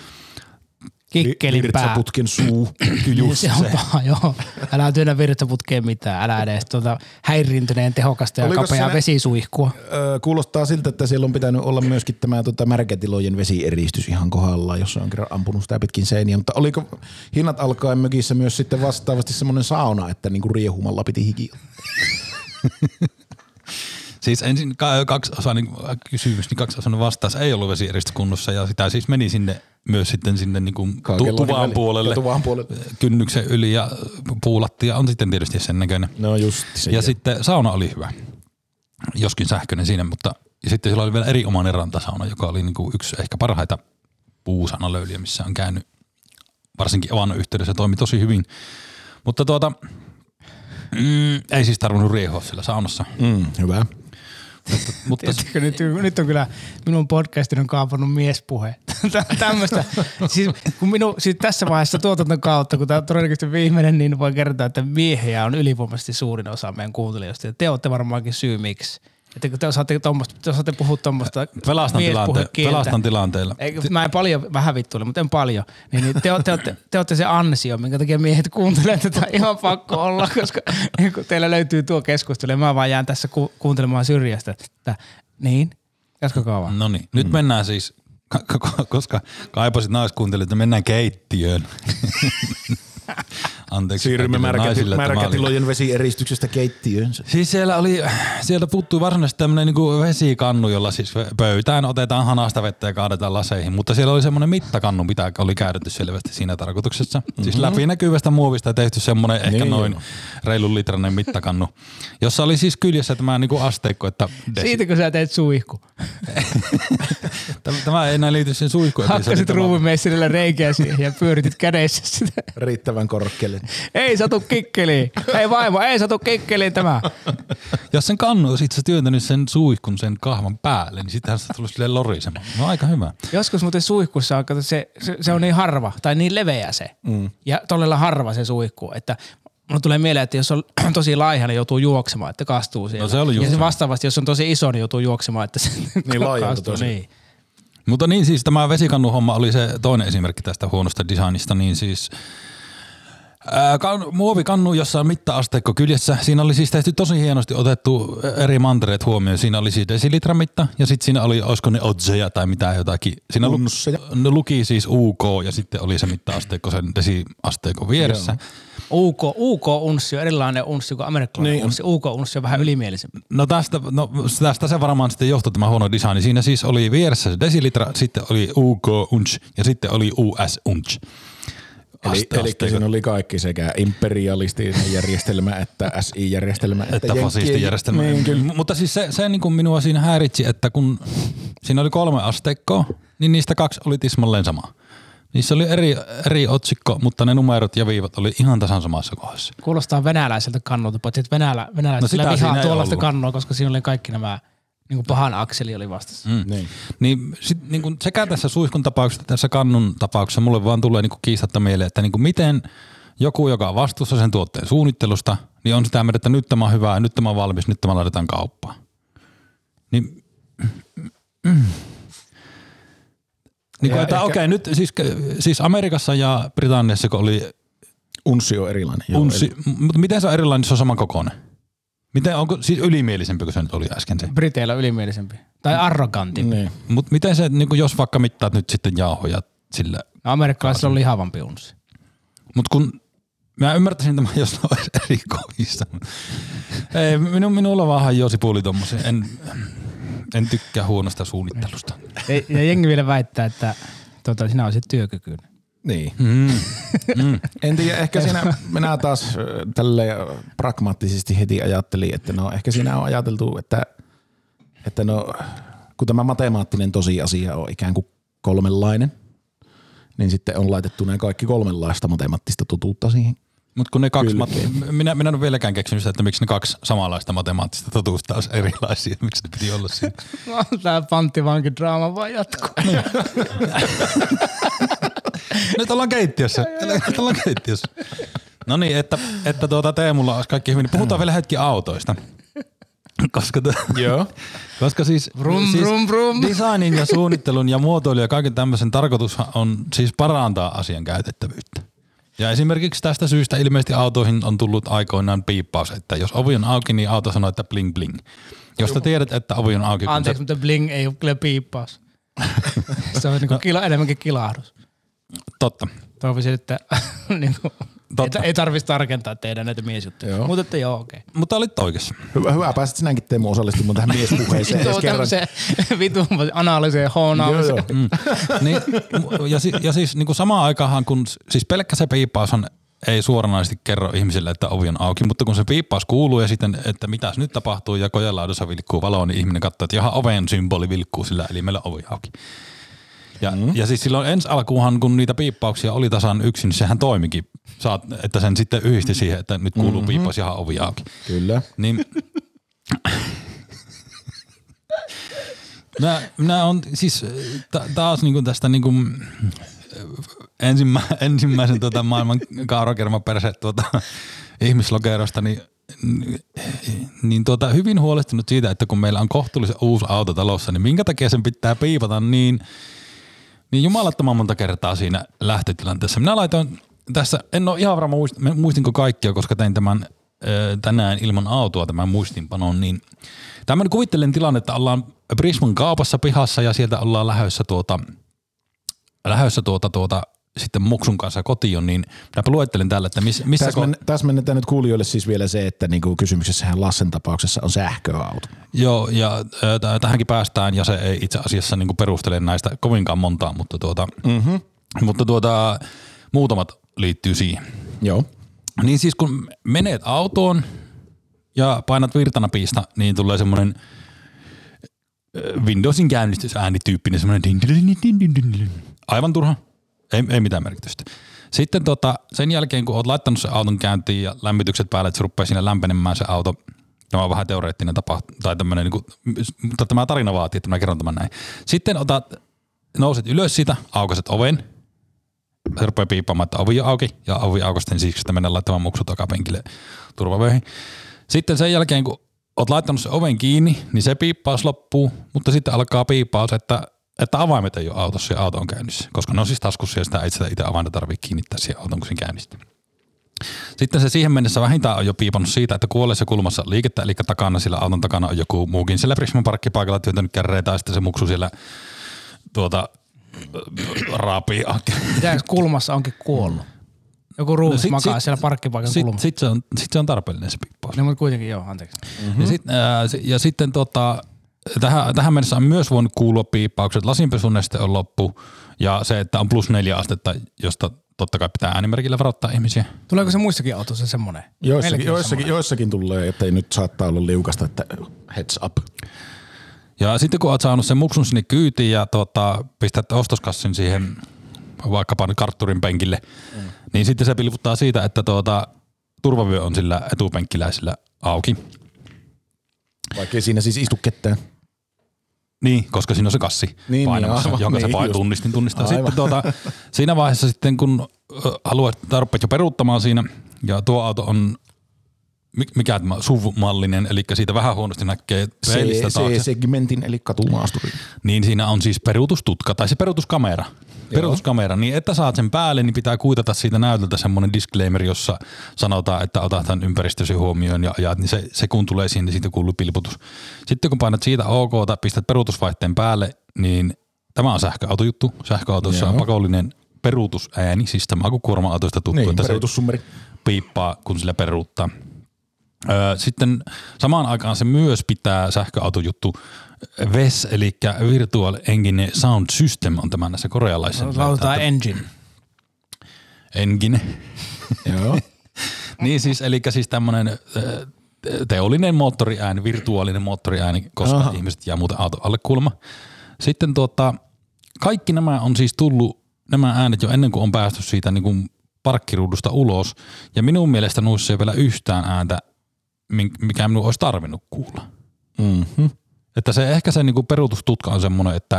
kikkelin pää. Virtsaputken suu. Just se on paha, joo. Älä työnnä virtsaputkeen mitään. Älä edes tuota häiriintyneen tehokasta ja kapeaa vesisuihkua. Öö, kuulostaa siltä, että siellä on pitänyt olla myöskin tämä tuota, märkätilojen vesieristys ihan kohdallaan, jos on kerran ampunut sitä pitkin seiniä. Mutta oliko hinnat alkaen mökissä myös sitten vastaavasti semmoinen sauna, että niinku riehumalla piti hiki? Siis ensin kaksiosainen kysymys, niin kaksiosainen vastaus ei ollut vesieristyskunnossa ja sitä siis meni sinne myös sitten sinne niin kuin tu- tuvaan puolelle, tuvaan puolelle, kynnyksen yli ja puulattia on sitten tietysti sen näköinen. No just se. Ja jo. Sitten sauna oli hyvä, joskin sähköinen siinä, mutta ja sitten sillä oli vielä erinomainen rantasauna, joka oli niin kuin yksi ehkä parhaita puusaunalöyliä, missä on käynyt varsinkin avannon yhteydessä, toimi tosi hyvin. Mutta tuota, mm, ei siis tarvinnut riehua siellä saunassa. Mm, hyvä. Mutta, mutta Tiedätkö, nyt, nyt on kyllä minun podcastin on kaapannut miespuhe. Tämmöistä. Siis, kun minu, siis tässä vaiheessa tuotanton kautta, kun tämä on todennäköisesti viimeinen, niin voi kertoa, että miehiä on ylivoimaisesti suurin osa meidän kuuntelijoista. Ja te olette varmaankin syy miksi. Että kun te osaatte, te osaatte puhua tuommoista miespuhekieltä. Pelastan tilanteella. Ei, mä en paljon, vähän vittuille, mutta en paljon. Niin, niin te, te, te, te olette se ansio, minkä takia miehet kuuntelee tätä. Ihan pakko olla, koska kun teillä löytyy tuo keskustelu, ja mä vaan jään tässä ku, kuuntelemaan syrjästä. Että, niin, jatkakaa vaan. No niin, nyt mm. mennään siis, koska kaipasit naiskuuntelijoita, mennään keittiöön. Anteeksi. Siirrymme märkäti- märkätilojen vesieristyksestä keittiöönsä. Siis siellä oli, sieltä puuttuu varsinaisesti tämmöinen niinku vesikannu, jolla siis pöytään otetaan hanasta vettä ja kaadetaan laseihin, mutta siellä oli semmoinen mittakannu, mitä oli käytetty selvästi siinä tarkoituksessa. Mm-hmm. Siis läpinäkyvästä muovista tehty semmoinen ehkä niin noin jo. reilun litrainen mittakannu, jossa oli siis kyljessä tämä niinku asteikko, että... Desi- Siitäkö sä teet suihku? Tämä ei enää liity sen suihkuun. Hakkasit ruuvimeisserillä reikiä siihen ja pyöritit kädessä sitä. Riittävän korkealle. Ei satu kikkeliin. Hei vaimo, ei satu kikkeliin tämä. Jos sen kannu olisi itse työntänyt sen suihkun sen kahvan päälle, niin sittenhän se tulisi silleen lorisemaan. No aika hyvä. Joskus muuten suihkussa on, se, se, se on niin harva tai niin leveä se. Mm. Ja todella harva se suihku, että mulla tulee mieleen, että jos on tosi laiha, niin joutuu juoksemaan, että kastuu siellä. No se oli just ja se se. vastaavasti, jos on tosi iso, niin joutuu juoksemaan, että se Niin laajalta kastuu. tosi. Niin. Mutta niin siis tämä vesikannu homma oli se toinen esimerkki tästä huonosta designista, niin siis ää, kan, muovikannu, jossa on mitta-asteikko kyljessä. Siinä oli siis tehty tosi hienosti otettu eri mantereet huomioon. Siinä oli siis desilitra-mitta ja sitten siinä oli, olisiko ne otseja tai mitä jotakin. Siinä lu, ne luki siis U K ja sitten oli se mitta-asteikko sen desiasteikon vieressä. Joo. U K, U K-unssi on erilainen unssi kuin amerikkalainen Niin. unssi. U K-unssi on vähän ylimielisempi. No tästä, no tästä se varmaan sitten johtui tämä huono design. Siinä siis oli vieressä se desilitra, sitten oli U K-unch ja sitten oli U S-unch. Eli, eli siinä oli kaikki sekä imperialistinen järjestelmä että S I-järjestelmä. Että, Että fasistijärjestelmä. Niin, kyllä. M- Mutta siis se, se niin kuin minua siinä häiritsi, että kun siinä oli kolme asteikkoa, niin niistä kaksi oli tismalleen sama. Niissä oli eri, eri otsikko, mutta ne numerot ja viivat oli ihan tasan samassa kohdassa. Kuulostaa venäläiseltä kannulta, paitsi että venälä, venäläiset No no sitä vihaa siinä ei tuollaista ollut. kannua, koska siinä oli kaikki nämä, niin kuin pahan akseli oli vastassa. Mm. Niin. Niin, sit, niin kuin sekä tässä suihkun tapauksessa että tässä kannun tapauksessa mulle vaan tulee niin kuin kiistatta mieleen, että niin kuin miten joku, joka on vastuussa sen tuotteen suunnittelusta, niin on sitä mieltä, että nyt tämä on hyvä, nyt tämä on valmis, nyt tämä laitetaan kauppaan. Niin, mm. Niin kuin, Ja että ehkä- okei, nyt siis, siis Amerikassa ja Britanniassa, kun oli Unssi on erilainen. Joo, unssi, eli- mutta miten se on erilainen, jos se on saman kokoinen? Miten, onko siis ylimielisempi kuin se nyt oli äsken se? Briteillä on ylimielisempi. Tai arrogantimpi. Niin. Mutta miten se, niin kuin jos vaikka mittaat nyt sitten jauhoja sillä, No, amerikkalaisilla on lihavampi unssi. mutta kun mä ymmärtäisin tämän, jos ne olisi eri kovissa. Ei, minu, minulla vaan hajosi puoli tommosia. En, en tykkää huonosta suunnittelusta. Ja, ja jengi vielä väittää, että tota, sinä olisit työkykyinen. Niin. Mm. Mm. En tiedä, ehkä siinä minä taas äh, tälleen pragmaattisesti heti ajattelin, että no ehkä siinä on ajateltu, että, että no kun tämä matemaattinen tosiasia on ikään kuin kolmenlainen, niin sitten on laitettu ne kaikki kolmenlaista matemaattista totuutta siihen. Mutta kun ne kaksi, mat- Kylkeen. minä, minä en ole vieläkään keksinyt sitä, että miksi ne kaksi samanlaista matemaattista totuutta olisi erilaisia, miksi ne piti olla siinä. No, tää panttivankidraama vaan jatkuu. Nyt ollaan keittiössä. Nyt ollaan keittiössä. No niin, että, että tuota Teemulla olisi kaikki hyvin. Puhutaan vielä hetki autoista. Koska, to, Joo. koska siis, Vrum, siis vrum, vrum. designin ja suunnittelun ja muotoilun ja kaiken tämmöisen tarkoitus on siis parantaa asian käytettävyyttä. Ja esimerkiksi tästä syystä ilmeisesti autoihin on tullut aikoinaan piippaus, että jos ovi on auki, niin auto sanoo, että bling bling. Jos sä tiedät, että ovi on auki. kun Anteeksi, sä- mutta bling ei ole kyllä piippaus. Se on niinku kila, enemmänkin kilahdus. Totta. Toivoisin, että niinku, ei, Totta. ei tarvitsisi tarkentaa teidän näitä miesjuttuja. Joo. Mutta että joo, okei. Mutta olit oikeassa. Hyvä, hyvä pääsit sinäkin Teemu osallistumaan tähän miespuheeseen edes Tuo kerran. tämmöiseen vitun analyyseen Joo, hoonaamiseen. joo. Mm. Niin, ja, si, ja siis niin kuin samaan aikaan, kun siis pelkkä se piippaushan ei suoranaisesti kerro ihmisille, että ovi on auki, mutta kun se piippaus kuuluu ja sitten, että mitäs nyt tapahtuu ja kojelaudossa vilkkuu valo, niin ihminen katsoo, että jaha, oven symboli vilkkuu sillä, eli meillä on ovi auki. Ja, mm. ja siis silloin ensi alkuunhan, kun niitä piippauksia oli tasan yksin, niin sehän toimikin, Saat, että sen sitten yhdisti siihen, että nyt kuuluu mm-hmm. piippaus, jaha, ovi auki. Kyllä. Niin, Nämä, nämä on siis ta- taas niinku tästä niinku ensimmä, ensimmäisen tuota maailman kaurakermaperse tuota ihmislokerosta, niin, niin tuota hyvin huolestunut siitä, että kun meillä on kohtuullisen uusi auto talossa, niin minkä takia sen pitää piipata niin, niin jumalattoman monta kertaa siinä lähtötilanteessa. Minä laitoin tässä, en ole ihan varma muistinko kaikkia, koska tein tämän tänään ilman autoa tämän muistinpanon, niin tämmöinen kuvittelen tilanne, että ollaan Prisman kaupassa pihassa ja sieltä ollaan lähdössä tuota, lähdössä tuota, tuota sitten muksun kanssa kotiin, niin minäpä luettelen täällä, että miss, missä... Täsmen, ko- täsmennetään nyt kuulijoille siis vielä se, että niinku kysymyksessähän Lassen tapauksessa on sähköauto. Joo, ja äh, tähänkin päästään, ja se ei itse asiassa niin perustele näistä kovinkaan montaa, mutta, tuota, Mm-hmm. mutta tuota, muutamat liittyy siihen. Joo. Niin siis kun menet autoon ja painat virtanapiista, niin tulee semmoinen Windowsin käynnistysäänityyppinen semmoinen din, din, din, din, din, din. Aivan turha. Ei, ei mitään merkitystä. Sitten tota, sen jälkeen, kun oot laittanut sen auton käyntiin ja lämmitykset päälle, että se rupeaa siinä lämpenemään se auto, tämä on vähän teoreettinen tapa, tai tämmöinen, niin kuin, mutta tämä tarina vaatii, että mä kerron tämän näin. Sitten otat, nouset ylös siitä, aukaiset oven, se rupeaa piippaamaan, että ovi on auki ja ovi aukosti, niin siksi, että mennään laittamaan muksu takapenkille turvavöihin. Sitten sen jälkeen, kun oot laittanut sen oven kiinni, niin se piippaus loppuu, mutta sitten alkaa piippaus, että, että avaimet ei ole autossa ja auto on käynnissä, koska ne on siis taskussa ja sitä ei sitä itse avainta tarvitse kiinnittää siihen auton, kun sen käynnistyy. Sitten se siihen mennessä vähintään on jo piipannut siitä, että kuolleessa kulmassa liikettä, eli takana sillä auton takana on joku muukin siellä Prisman parkkipaikalla työntänyt kärreitä ja sitten se muksu siellä tuota raapii. Mitä kulmassa onkin kuollut? Joku ruumis no sit, makaa sit, siellä parkkipaikan sit, kulmassa. Sitten se, on, sit se on tarpeellinen se piippaus. No mutta kuitenkin joo, anteeksi. Mm-hmm. Ja, sit, ää, ja sitten tota, tähän, tähän mennessä on myös voinut kuulua piippaukset. Lasinpesuneste on loppu ja se, että on plus neljä astetta, josta totta kai pitää äänimerkillä varoittaa ihmisiä. Tuleeko se muissakin autossa semmoinen? Joissakin, joissakin, joissakin tulee, ettei nyt saattaa olla liukasta, että heads up. Ja sitten kun oot saanut sen muksun sinne kyytiin ja tuota, pistät ostoskassin siihen vaikkapa kartturin penkille, mm. niin sitten se pilvuttaa siitä, että tuota, turvavyö on sillä etupenkkiläisellä auki. Vaikkei siinä siis istu ketään. Niin, koska siinä on se kassi niin, painamassa, niin, jonka niin, se vain just. tunnistin tunnistaa. Aivan. Sitten tuota, siinä vaiheessa sitten, kun haluat tarpeet jo peruuttamaan siinä, ja tuo auto on, mikä tämä S U V-mallinen, eli siitä vähän huonosti näkee peilistä taakse. C-segmentin, eli katumaasturi. Niin siinä on siis peruutustutka, tai se peruutuskamera. Peruutuskamera, niin että saat sen päälle, niin pitää kuitata siitä näytöltä semmoinen disclaimer, jossa sanotaan, että otat tämän ympäristösi huomioon ja ajat, niin se, se kun tulee siihen, niin siitä kuuluu pilputus. Sitten kun painat siitä OK:ta, pistät peruutusvaihteen päälle, niin tämä on sähköautojuttu. Sähköautoissa Joo. on pakollinen peruutusääni, siis tämä kuin kuorma-autoista tuttu, niin, että se piippaa, kun sillä peruuttaa. Sitten samaan aikaan se myös pitää sähköautojuttu V E S, eli Virtual Engine Sound System on tämä näissä korealaisissa. Lausutaan engine. Engine. Joo. Niin siis, eli siis tämmöinen teollinen moottoriääni, virtuaalinen moottoriääni, koska Aha. ihmiset jää muuten auton alle kuulemma. Sitten tuota, kaikki nämä on siis tullut, nämä äänet jo ennen kuin on päästy siitä niin kuin parkkiruudusta ulos. Ja minun mielestä noissa ei vielä yhtään ääntä, mikä minun olisi tarvinnut kuulla. Mm-hmm. Että se ehkä se niinku peruutustutka on semmoinen, että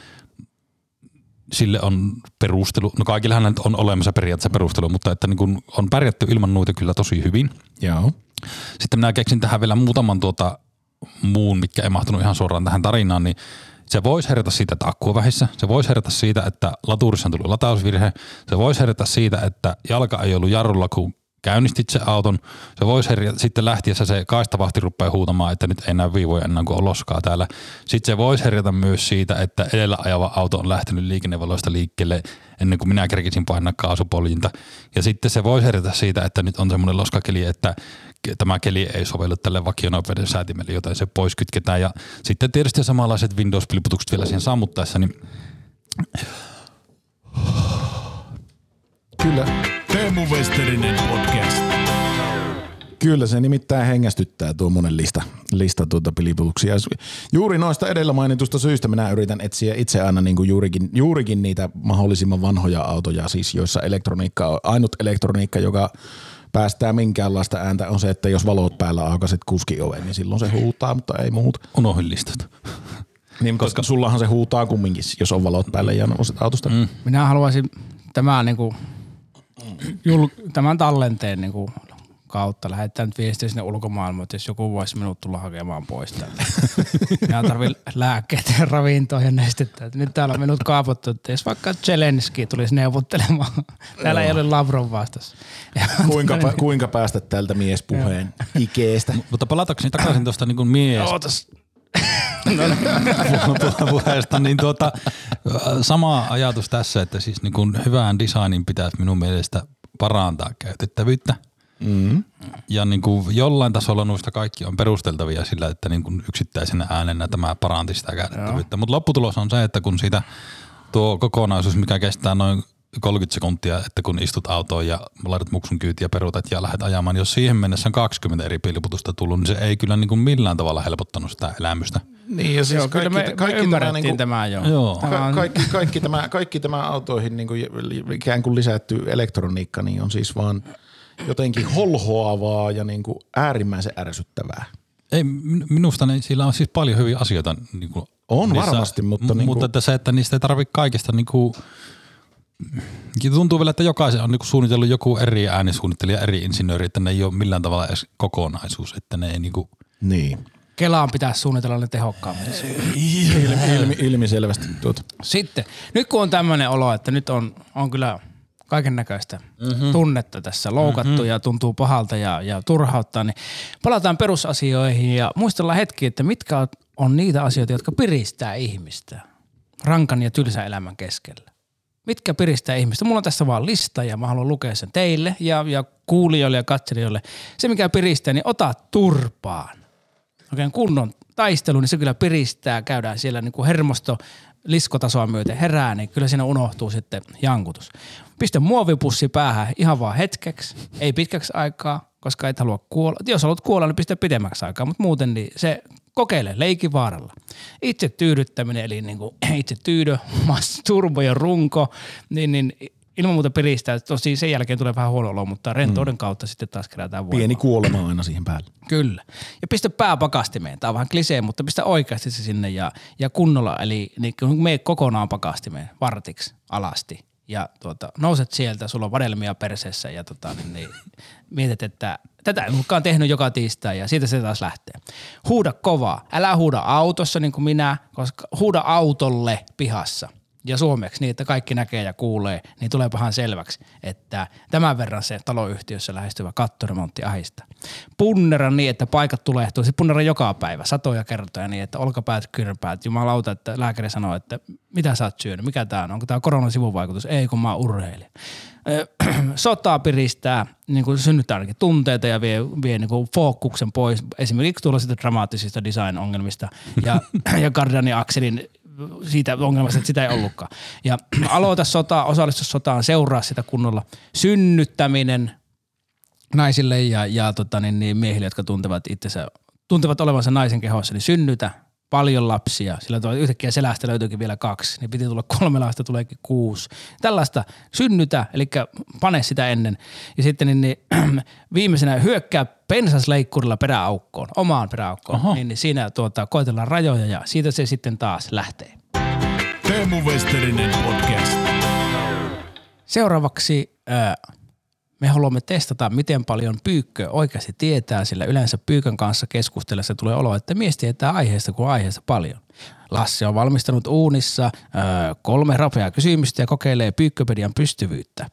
sille on perustelu. No kaikillahan on olemassa periaatteessa perustelu, mutta että niinku on pärjätty ilman noita kyllä tosi hyvin. Joo. Sitten minä keksin tähän vielä muutaman tuota muun, mitkä ei mahtunut ihan suoraan tähän tarinaan, niin se voisi herätä siitä, että akku on vähissä. Se voisi herätä siitä, että laturissa on tullut latausvirhe. Se voisi herätä siitä, että jalka ei ollut jarrulla, kun käynnistit se auton. Se voisi herätä, sitten lähtiessä se kaistavahti rupeaa huutamaan, että nyt ei näy viivoja ennen kuin on loskaa täällä. Sitten se voisi herätä myös siitä, että edellä ajava auto on lähtenyt liikennevaloista liikkeelle ennen kuin minä kerkisin painaa kaasupoljinta. Ja sitten se voisi herätä siitä, että nyt on semmoinen loskakeli, että tämä keli ei sovellu tälle vakionopeuden säätimelle, joten se pois kytketään. Ja sitten tietysti samanlaiset Windows-pilputukset vielä siihen sammuttaessa, niin Kyllä. Teemu Westerinen podcast. Kyllä se nimittäin hengästyttää tuommoinen lista, lista tuota piliputuksia. Juuri noista edellä mainitusta syistä minä yritän etsiä itse aina niin kuin juurikin, juurikin niitä mahdollisimman vanhoja autoja, siis joissa elektroniikka on ainut elektroniikka, joka päästää minkäänlaista ääntä, on se, että jos valot päällä aukaiset kuski oven, niin silloin se huutaa, mutta ei muuta. Unohdin listat. Niin, koska sullahan se huutaa kumminkin, jos on valot päällä ja nouset autosta. Mm. Minä haluaisin tämän, niin kuin, jul, tämän tallenteen niin kuin, kautta lähettää nyt viestiä sinne ulkomaailmaan, että jos joku voisi minut tulla hakemaan pois täältä. Minä tarvitsen lääkkeitä ja ravintoa ja nestettä. Nyt täällä on minut kaapottu, että jos vaikka Zelenski tulisi neuvottelemaan. Täällä Joo. ei ole Lavrov vastassa. Kuinka, pä, kuinka päästä tältä miespuheen ikeestä? Mutta palatakseni takaisin tuosta niin kuin mies. Ootas. puheesta, niin tuota, sama ajatus tässä, että siis niin kuin hyvään designin pitäisi minun mielestä parantaa käytettävyyttä. Mm-hmm. Ja niin kuin jollain tasolla noista kaikki on perusteltavia sillä, että niin kuin yksittäisenä äänenä tämä paranti sitä käytettävyyttä. Mutta lopputulos on se, että kun siitä tuo kokonaisuus, mikä kestää noin kolmekymmentä sekuntia, että kun istut autoon ja laitat muksun kyytiä, peruutat ja lähdet ajamaan, niin jos siihen mennessä on kaksikymmentä eri pilputusta tullut, niin se ei kyllä niin kuin millään tavalla helpottanut sitä elämystä. Niin ja siis Joo, kaikki, kyllä me, kaikki me ymmärrettiin tämä, niin tämä jo. Joo. Ka- kaikki, kaikki, tämä, kaikki tämä autoihin niin kuin ikään kuin lisätty elektroniikka niin on siis vaan jotenkin holhoavaa ja niin kuin äärimmäisen ärsyttävää. Ei, minusta ne, sillä on siis paljon hyviä asioita. Niin kuin on niissä, varmasti, mutta... M- niin mutta kuin, että se, että niistä ei tarvitse kaikista niin kuin tuntuu vielä, että jokaisen on niinku suunnitellut joku eri äänisuunnittelija, eri insinööri, että ne ei ole millään tavalla edes kokonaisuus, että ne ei niinku... Niin. Kelaan pitäisi suunnitella ne tehokkaammin. Ilmi, ilmi, ilmiselvästi tuota. Sitten, nyt kun on tämmöinen olo, että nyt on, on kyllä kaiken näköistä mm-hmm. tunnetta tässä loukattu mm-hmm. ja tuntuu pahalta ja, ja turhauttaa, niin palataan perusasioihin ja muistellaan hetki, että mitkä on niitä asioita, jotka piristää ihmistä rankan ja tylsän elämän keskellä. Mitkä piristää ihmistä? Mulla on tässä vaan lista ja mä haluan lukea sen teille ja, ja kuulijoille ja katselijoille. Se mikä piristää, niin ota turpaan. Oikein kunnon taistelu, niin se kyllä piristää. Käydään siellä niin kuin hermosto liskotasoa myöten herää, niin kyllä siinä unohtuu sitten jankutus. Pistä muovipussi päähän ihan vaan hetkeksi, ei pitkäksi aikaa, koska et halua kuolla. Jos haluat kuolla, niin pistä pidemmäksi aikaa, mutta muuten niin se kokeile leikivaaralla. Itse tyydyttäminen, eli niin kuin itse tyydö, turbo ja runko, niin, niin ilman muuta piristää. Tosi sen jälkeen tulee vähän huono olo, mutta rentouden mm. kautta sitten taas kerätään voimaa. Pieni kuolema aina siihen päälle. Kyllä. Ja pistä pää pakastimeen. Tämä on vähän klisee, mutta pistä oikeasti se sinne ja, ja kunnolla. Eli niin mene kokonaan pakastimeen vartiksi alasti. Ja tuota, nouset sieltä, sulla on vadelmia perseessä ja tota, niin, niin, mietit, että tätä en olekaan tehnyt joka tiistai ja siitä se taas lähtee. Huuda kovaa. Älä huuda autossa niin kuin minä, koska huuda autolle pihassa. Ja suomeksi niin, että kaikki näkee ja kuulee, niin tulee pahan selväksi, että tämän verran se taloyhtiössä lähestyvä kattoremontti ahistaa. Punnera niin, että paikat tulehtuu. Se punnera joka päivä, satoja kertoja niin, että olkapäät, kyrpäät. Jumalauta, että lääkäri sanoo, että mitä sä oot syönyt, mikä tää on, onko tää koronan sivuvaikutus? Ei, kun mä oon urheilija. Sotaa piristää, niin kuin synnyttää ainakin tunteita ja vie, vie niin kuin fokuksen pois. Esimerkiksi tuollaisista dramaattisista design-ongelmista ja, ja Gardani-akselin siitä ongelmasta, että sitä ei ollutkaan. Ja aloita sotaa, osallistu sotaan, seuraa sitä kunnolla. Synnyttäminen naisille ja, ja tota, niin, niin miehille, jotka tuntevat itsensä, tuntevat olevansa naisen kehossa, niin synnytä paljon lapsia. Sillä tuo yhtäkkiä selästä löytyykin vielä kaksi, niin piti tulla kolme lasta, tuleekin kuusi. Tällaista synnytä, eli pane sitä ennen. Ja sitten niin, niin, viimeisenä hyökkää pensasleikkurilla peräaukkoon, omaan peräaukkoon. Niin, niin siinä tuota, koetellaan rajoja ja siitä se sitten taas lähtee. Teemu Westerinen podcast. Seuraavaksi äh, me haluamme testata, miten paljon Pyykkö oikeasti tietää, sillä yleensä Pyykön kanssa keskustellessa tulee olo, että mies tietää aiheesta kuin aiheesta paljon. Lassi on valmistanut uunissa äh, kolme rapeaa kysymystä ja kokeilee Pyykköpedian pystyvyyttä.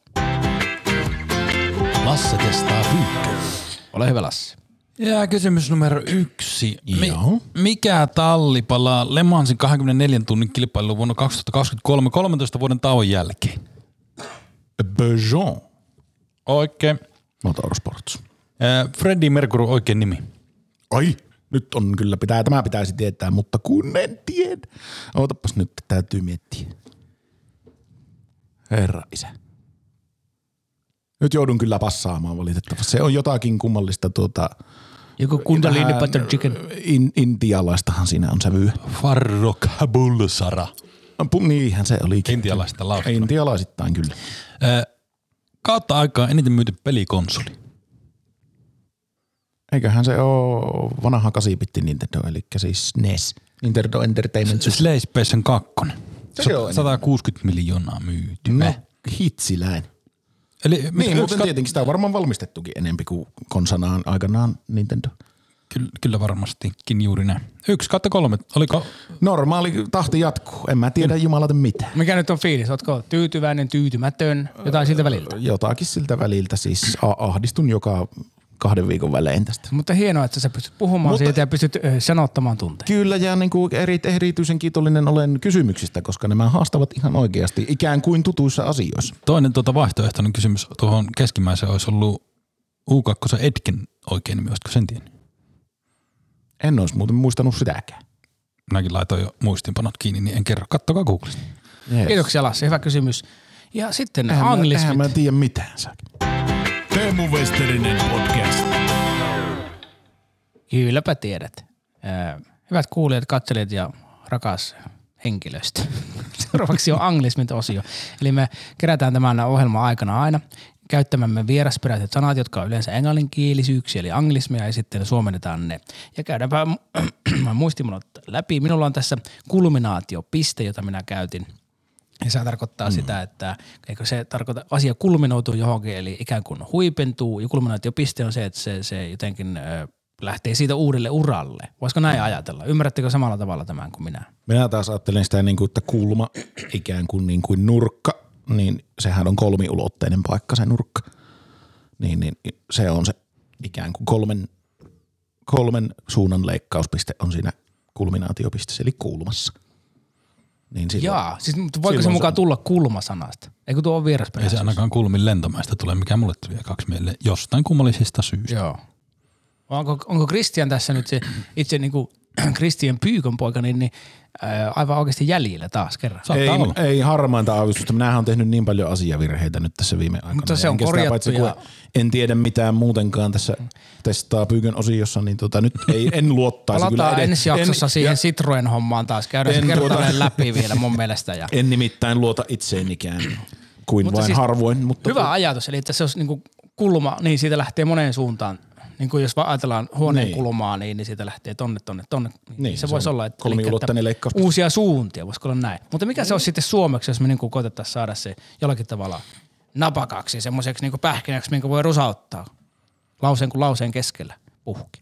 Lasse testaa Pyykköä. Ole hyvä, Lassi. Ja kysymys numero yksi. Mi- Joo. mikä talli palaa Le Mansin kaksikymmentäneljän tunnin kilpailuun vuonna kaksituhattakaksikymmentäkolme kolmentoista vuoden tauon jälkeen? Peugeot. Oikein. Motorsports. Äh, Freddie Mercury oikein nimi. Ai, nyt on kyllä, pitää, tämä pitäisi tietää, mutta kun en tiedä. Ootapas nyt, täytyy miettiä. Herra isä. Nyt joudun kyllä passaamaan valitettavasti. Se on jotakin kummallista tuota... Joku kundalini butter chicken. In, intialaistahan siinä on sävyä. Farrokh Bulsara. Niinhän se olikin. Intialaista lausuma. Intialaisittain kyllä. Äh, kautta aikaa eniten myyty pelikonsoli. Eiköhän se ole vanha kasipitti Nintendo, eli siis N E S. Nintendo Entertainment System. PlayStation kaksi. Se on sata kuusikymmentä miljoonaa myyty. No, hitsiläin. Eli Niin, mutta tietenkin sitä on varmaan valmistettukin enemmän kuin konsanaan aikanaan Nintendo. Kyllä, kyllä varmastikin juuri näin. Yksi kautta kolme. Oliko? Normaali tahti jatkuu. En mä tiedä jumalata mitään. Mikä nyt on fiilis? Ootko tyytyväinen, tyytymätön, jotain siltä väliltä? Jotakin siltä väliltä. Siis a- ahdistun joka kahden viikon välein tästä. Mutta hienoa, että sä pystyt puhumaan Mutta, siitä ja pystyt ö, sanottamaan tunteita. Kyllä, ja niin kuin eri, erityisen kiitollinen olen kysymyksistä, koska nämä haastavat ihan oikeasti ikään kuin tutuissa asioissa. Toinen tuota vaihtoehtoinen kysymys tuohon keskimmäiseen olisi ollut U kaksi Edgen oikein nimi, olisiko sen tiennyt? En olisi muuten muistanut sitäkään. Minäkin laitoin jo muistinpanot kiinni, niin en kerro. Kattokaa Googlesta. Yes. Kiitoksia, Lassi. Hyvä kysymys. Ja sitten Eihän mä, anglismit. eihän mä tiedä mitään. Säkin. Teemu Westerinen podcast. Kylläpä tiedät. Hyvät kuulijat, katselijat ja rakas henkilöstö. Seuraavaksi on anglismit-osio. Eli me kerätään tämän ohjelman aikana aina käyttämämme vierasperäiset sanat, jotka on yleensä englanninkielisyyksiä, eli anglismeja, ja sitten suomennetaan ne. Ja käydäänpä muistimunot läpi. Minulla on tässä kulminaatiopiste, jota minä käytin Ja se tarkoittaa mm. sitä, että eikö se tarkoita, asia kulminoituu johonkin, eli ikään kuin huipentuu, ja kulminaatiopiste on se, että se, se jotenkin ö, lähtee siitä uudelle uralle. Voisiko näin mm. ajatella? Ymmärrättekö samalla tavalla tämän kuin minä? Minä taas ajattelen sitä, niin kuin, että kulma ikään kuin, niin kuin nurkka, niin sehän on kolmiulotteinen paikka se nurkka. Niin, niin se on se ikään kuin kolmen, kolmen suunnan leikkauspiste on siinä kulminaatiopisteessä, eli kulmassa. Niin silloin, Jaa, siis voiko se mukaan se tulla kulmasanasta? Eikö tuo ole vierasperäisyys? Ei se ainakaan kulmin lentomaista tule, mikä mulle tuli kaksi mieleen jostain kummallisesta syystä. Joo. Onko, onko Christian tässä nyt se itse niin kuin Christian Pyykön poika, niin, niin ää, aivan oikeasti jäljellä taas kerran? Ei, ei harmainta aavistusta. Minähän on tehnyt niin paljon asiavirheitä nyt tässä viime aikana. Mutta se on korjattu paitsi, ja en tiedä mitään muutenkaan tässä testaa Pyykön osiossa, niin tota, nyt ei, en luottaisi kyllä palataan edes. ensi jaksossa en, siihen ja, Citroen hommaan taas. Käydään se kertaalleen tuota, läpi vielä mun mielestä. Ja. En nimittäin luota itseenikään kuin mutta vain siis harvoin. Mutta hyvä ajatus, eli että se olisi niinku kulma, niin siitä lähtee moneen suuntaan. Niin kuin jos ajatellaan huoneen niin. kulmaa, niin, niin siitä lähtee tonne, tonne, tonne. Niin, niin se, se voisi olla, että, eli, että uusia suuntia, voisiko olla näin. Mutta mikä se olisi sitten suomeksi, jos me niin koitettaisiin saada se jollakin tavalla napakaksi, semmoiseksi niin pähkinäksi, minkä voi rusauttaa lauseen kuin lauseen keskellä puhki.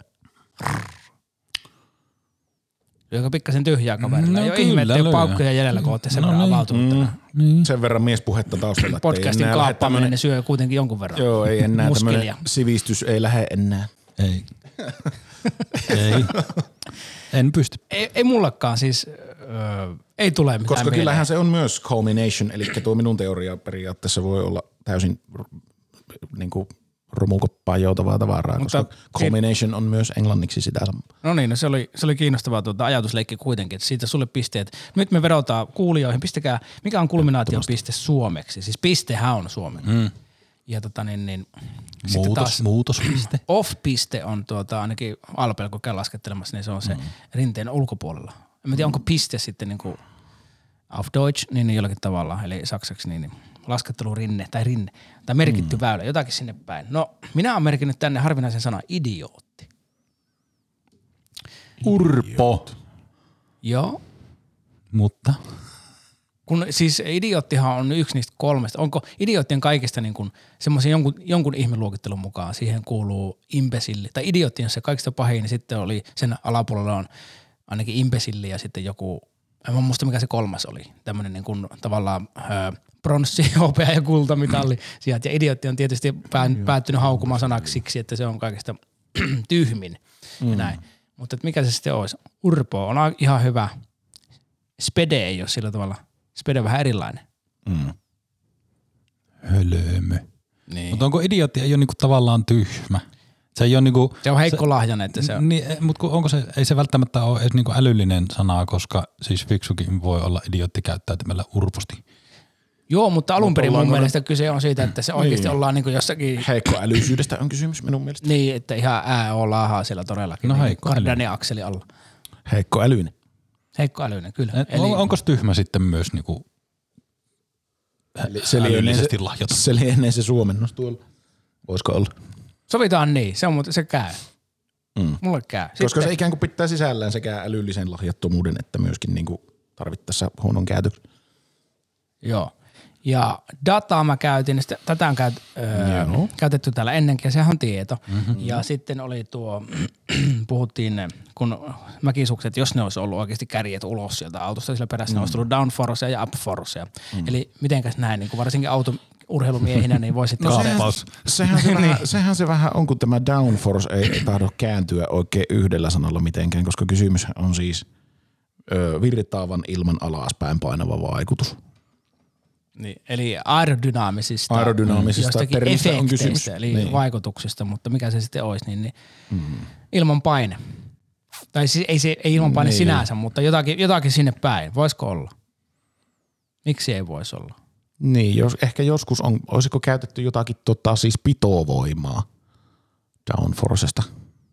Joka pikkasen tyhjää kaverilla. No, ei ole ihme, että ei ole paukkuja jäljellä, kun olette sen no, verran niin. avautunut mm, niin. Sen verran miespuhetta taustalla. Podcastin kaappaaminen ne syö kuitenkin jonkun verran. Joo, ei enää tämmöinen sivistys ei lähde enää. Ei. ei. En pysty. Ei, ei mullakaan siis, öö, ei tule mitään Koska mieleen. Kyllähän se on myös culmination, eli tuo minun teoria periaatteessa voi olla täysin niin kuin romukoppaan joutavaa tavaraa, mutta koska culmination on myös englanniksi sitä samaa. No niin, no se oli, se oli kiinnostavaa tuota ajatusleikki kuitenkin, että siitä sulle pisteet. Nyt me vedotaan kuulijoihin, pistäkää, mikä on kulminaatiopiste suomeksi? Siis pistehän on suomen. Mm. Ja tota niin, niin Muutos, taas muutospiste. Off-piste on tuota, ainakin Alpeella, kun käy laskettelemassa, niin se on se mm. rinteen ulkopuolella. En tiedä, onko piste sitten niin kuin auf Deutsch, niin, niin jollakin tavalla, eli saksaksi, niin, niin laskettelurinne tai rinne tai merkitty mm. väylä, jotakin sinne päin. No, minä olen merkinnyt tänne harvinaisen sanan idiootti. Urpo. Joo. Mutta? Kun siis idioottihan on yksi niistä kolmesta. Onko idioottien kaikista niin kuin semmoisen jonkun, jonkun ihmeluokittelun mukaan siihen kuuluu imbesilli. Tai idiootti on se kaikista pahin, niin sitten oli sen alapuolella on ainakin imbesilli ja sitten joku, en muista mikä se kolmas oli. Tämmöinen niin kuin tavallaan öö, pronssi, hopea ja kultamitalli sieltä. Ja idiootti on tietysti päättynyt haukumaan sanaksi siksi, että se on kaikista tyhmin mm. ja näin. Mutta mikä se sitten olisi? Urpo on ihan hyvä. Spede ei ole sillä tavalla. Spede on vähän erilainen. Mm. Hölömö. Niin. Mutta onko idiootti ei ole niinku tavallaan tyhmä? Se ei ole niinku, se on heikko lahjainen, että se on. Niin, mutta onko se, ei se välttämättä ole edes niinku älyllinen sana, koska siis fiksukin voi olla idiootti käyttäytymällä urposti. Joo, mutta alun perin mun mielestä kyse on siitä, että se oikeasti niin. ollaan niinku jossakin. Heikko älysyydestä on kysymys minun mielestä. Niin, että ihan ää oo laahaa siellä todellakin. No niin heikko Kardanin akseli alla. Heikko älyinen. Heikko älyinen, kyllä. Et, Eli, onko tyhmä sitten myös niinku se älyllisesti lahjoitu? Se lienee se suomennos tuolla. Voisiko olla? Sovitaan niin, se, on, se käy. Mm. Mulle käy. Sitten, koska se ikään kuin pitää sisällään sekä älyllisen lahjattomuuden että myöskin niin kuin tarvittaessa huonon käytöksen. Joo. Ja dataa mä käytin, sitä, tätä on käyt, öö, käytetty täällä ennenkin ja sehän on tieto. Mm-hmm. Ja sitten oli tuo, puhuttiin, kun mäkisukset, jos ne olisi ollut oikeasti kärjet ulos sieltä autosta, sillä perässä mm. ne olisi tullut downforcea ja upforcea. Mm. Eli mitenkäs näin, niin kuin varsinkin autourheilumiehinä, niin voi sitten... No sehän, sehän, se vähän, sehän se vähän on, kun tämä downforce ei tahdo kääntyä oikein yhdellä sanalla mitenkään, koska kysymys on siis ö, virtaavan ilman alaspäin painava vaikutus. Niin, eli aerodynaamisista, aerodynaamisista termistä on kysymys. Eli niin. vaikutuksista, mutta mikä se sitten olisi, niin, niin mm. ilman paine. Tai siis ei, se, ei ilman paine niin. sinänsä, mutta jotakin, jotakin sinne päin. Voisiko olla? Miksi ei voisi olla? Niin, jos, ehkä joskus on, olisiko käytetty jotakin tota, siis pitovoimaa downforcesta?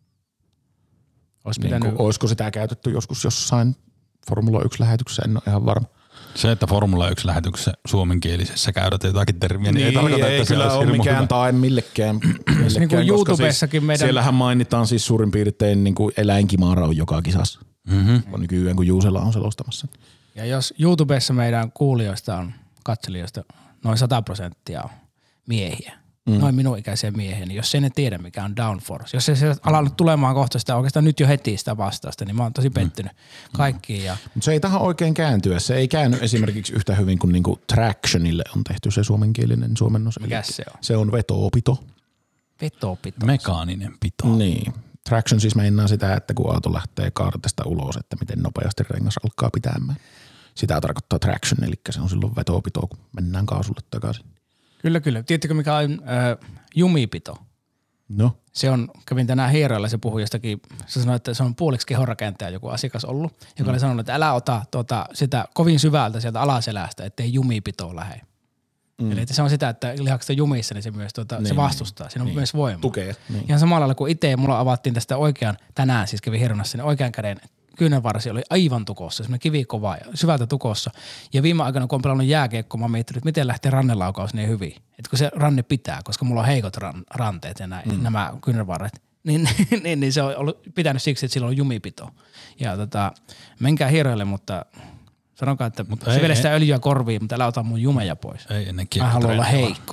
Olis niin, pitänyt... kun, olisiko sitä käytetty joskus jossain Formula yksi lähetyksessä, en ole ihan varma. Se, että Formula yksi lähetyksessä suomenkielisessä käydät jotakin termiä, niin, niin ei tarkoita, ei että se kyllä olisi ole mikään hyvä. tai millekään. millekään niin kuin YouTubessakin siis meidän... Siellähän mainitaan siis suurin piirtein niin kuin eläinkimaara on joka kisassa. Mm-hmm. On nykyään, kun Juusela on selostamassa. Ja jos YouTubessa meidän kuulijoista on, katselijoista, noin sata prosenttia on miehiä, mm. noin minun ikäisiä miehiä, niin jos ei ne tiedä mikä on downforce, jos ei se alannut tulemaan kohta sitä oikeastaan nyt jo heti sitä vastausta, niin mä oon tosi pettynyt mm. kaikkiin. Ja... Mutta se ei taha oikein kääntyä. Se ei käänny esimerkiksi yhtä hyvin kuin niinku tractionille on tehty se suomenkielinen suomennos. Mikäs se on? Se on vetopito. Vetopito. Mekaaninen pito. Niin. Traction siis meinaa sitä, että kun auto lähtee kaartesta ulos, että miten nopeasti rengas alkaa pitämään. Sitä tarkoittaa traction, eli se on silloin vetopito, kun mennään kaasulle takaisin. Kyllä, kyllä. Tiedättekö mikä on äh, jumipito? No. Se on, kävin tänään hieroilla, se puhui jostakin, se sanoi, että se on puoliksi kehonrakentaja joku asiakas ollut, joka mm. oli sanonut, että älä ota tuota, sitä kovin syvältä sieltä alaselästä, ettei jumipitoa lähde. Mm. Eli että se on sitä, että lihakset on jumissa, niin se myös tuota, niin, se vastustaa. Siinä on niin. myös voimaa. Tukee. Niin. Ihan samalla lailla kuin itse, mulla avattiin tästä oikean, tänään siis kävin hieronnassa, niin oikean käden kyynärvarsi oli aivan tukossa, semmoinen kivikova ja syvältä tukossa. Ja viime aikana, kun on pelannut jääkiekkoa, mä oon miettinyt, että miten lähtee rannelaukaus niin hyvin. Että kun se ranne pitää, koska mulla on heikot ran, ranteet ja nää, mm. nämä kyynärvarret, niin, niin, niin se on ollut pitänyt siksi, että sillä on jumipito. Ja tota, menkää hieroille, mutta sanokaa, että mutta se vedä sitä öljyä korviin, mutta älä ota mun jumeja pois. Ei ennen mä haluan olla heikko.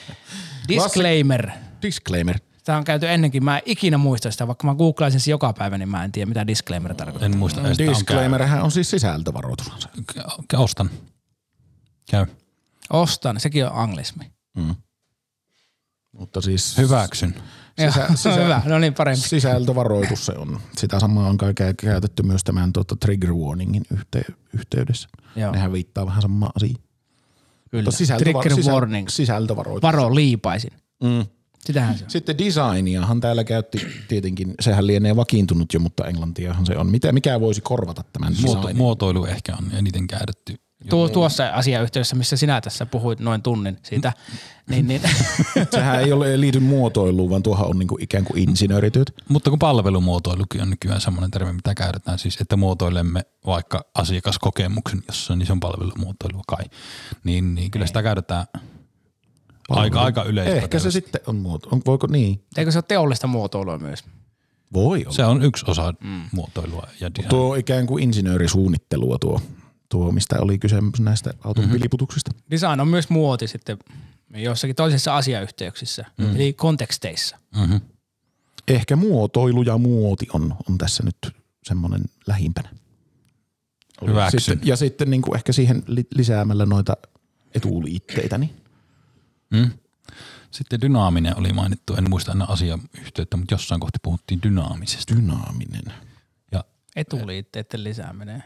Disclaimer. Disclaimer. Sitä on käyty ennenkin. Mä en ikinä muista sitä, vaikka mä googlaisin sen joka päivä, niin mä en tiedä, mitä disclaimer tarkoittaa. En muista. No, disclaimerhän on siis sisältövaroitus. Ostan. Käy. Ostan, sekin on anglismi. Mm. Mutta siis... Hyväksyn. Sisä, sisä, hyvä, no niin parempi. Sisältövaroitus se on. Sitä samaa on käytetty myös tämän tuota, trigger warningin yhte- yhteydessä. Joo. Nehän viittaa vähän samaa asiaa. Kyllä, trigger sisä, warning. Sisältövaroitus. Varo liipaisin. Mm. Sitähän se on. Sitten designiahan täällä käytti tietenkin, sehän lienee vakiintunut jo, mutta englantiahan se on. Mitä, mikä voisi korvata tämän designin? Muotoilu ehkä on eniten käytetty. Tuo, tuossa asiayhteydessä, missä sinä tässä puhuit noin tunnin siitä, niin, niin. Sehän ei ole liity muotoiluun, vaan tuohan on niinku ikään kuin insinöörityöt. Mutta kun palvelumuotoilukin on nykyään semmoinen termi, mitä käytetään siis, että muotoilemme vaikka asiakaskokemuksen, jossa niin se on palvelumuotoilua kai, niin, niin kyllä sitä käytetään aika, aika yleisesti. Ehkä se sitten on muotoilua. Voiko niin? Eikö se ole teollista muotoilua myös? Voi olla. Se on yksi osa mm. muotoilua ja design. Tuo on ikään kuin insinöörisuunnittelua tuo. Tuo, mistä oli kyse näistä auton mm-hmm. piliputuksista. Design on myös muoti sitten jossakin toisessa asiayhteyksissä, mm-hmm. eli konteksteissa. Mm-hmm. Ehkä muotoilu ja muoti on, on tässä nyt semmoinen lähimpänä. Hyväksyn. Sitten, ja sitten niin kuin ehkä siihen lisäämällä noita etuliitteitä. Niin. Mm. Sitten dynaaminen oli mainittu, en muista aina asiayhteyttä, mutta jossain kohti puhuttiin dynaamisesta. Dynaaminen. Ja etuliitteiden lisääminen.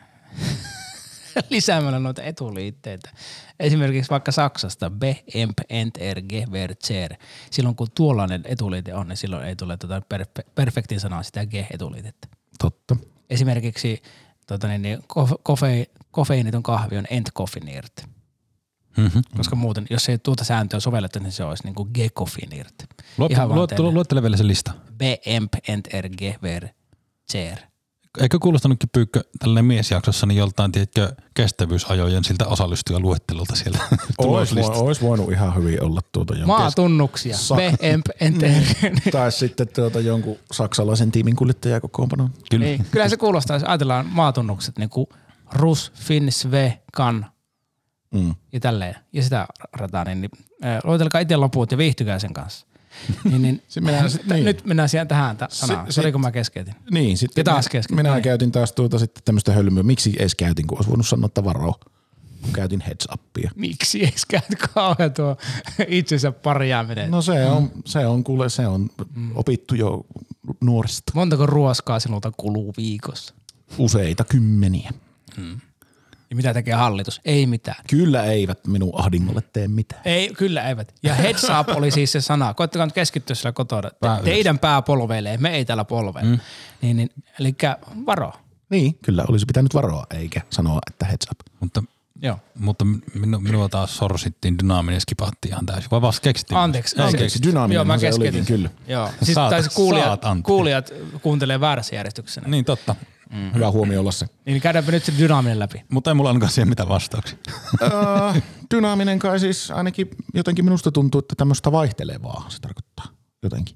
Lisäämällä noita etuliitteitä. Esimerkiksi vaikka Saksasta be, emp, ent, er, ge, ver, zer. Silloin kun tuollainen etuliite on, niin silloin ei tule tuota perfe- perfektin sanaa sitä ge-etuliitettä. Totta. Esimerkiksi tota niin, niin, kofe, kofeiiniton kahvi on entkoffiniert. Mm-hmm. Koska muuten, jos ei tuota sääntöä sovellettu, niin se olisi niin kuin ge-koffiniert. Luettele vielä se lista. Be, emp, ent, er, ge, ver, zer. Eikö kuulostanutkin Pyykkö tällainen miesjaksossa niin joltain, tiedätkö, kestävyysajojen siltä osallistujaluettelulta sieltä tuloslistasta? Olisi voinut ihan hyvin olla tuota jonkun... Maatunnuksia. Sa- Be, emp, enter. Tai sitten tuota jonkun saksalaisen tiimin kuljettajakokoonpanon. Kyllä. Niin, kyllä se kuulostaa, jos ajatellaan maatunnukset, niin kuin Rus, Finn, Sve, Kan mm. ja tälleen. Ja sitä rataa, niin, niin luetelkaa itse loput ja viihtykää sen kanssa. niin, niin, mennään, sit, niin. Nyt mennään siihen tähän ta- sanaan. Se, Sori, kun mä keskeytin. Niin, sitten ja taas keskeytin. Minä niin. käytin taas tuota sitten tämmöistä hölmöä. Miksi edes käytin, kun olisi voinut sanoa, että varo. Käytin heads upia. Miksi edes käytin kauhean tuo itsensä parjaaminen? No se on, se on kuule, se on mm. opittu jo nuorista. Montako ruoskaa sinulta kuluu viikossa? Useita kymmeniä. Mm. Ja mitä tekee hallitus? Ei mitään. Kyllä eivät minun ahdingolle tee mitään. Ei, kyllä eivät. Ja heads up oli siis se sana. Koittakaa nyt keskittyä sillä kotona. Pää Teidän pää polveilee, me ei täällä polveilla. Mm. Niin, niin, elikkä varo. Niin, kyllä olisi pitänyt varoa, eikä sanoa, että heads up. Mutta, Joo. mutta minu, minua taas sorsittiin, dynaaminen skipahti ihan täysin. Vai vasta keksittiin? Anteeksi. Ei keksi, dynaaminen se olikin kyllä. Joo. Sitten saat, taisi kuulijat, kuulijat kuuntelee väärässä järjestyksessä. Niin, totta. Mm. Hyvä huomio olla se. Niin käydäänpä nyt se dynaaminen läpi. Mutta ei mulla ainakaan siihen mitään vastauksia. uh, dynaaminen kai siis ainakin jotenkin minusta tuntuu, että tämmöistä vaihtelevaa se tarkoittaa jotenkin.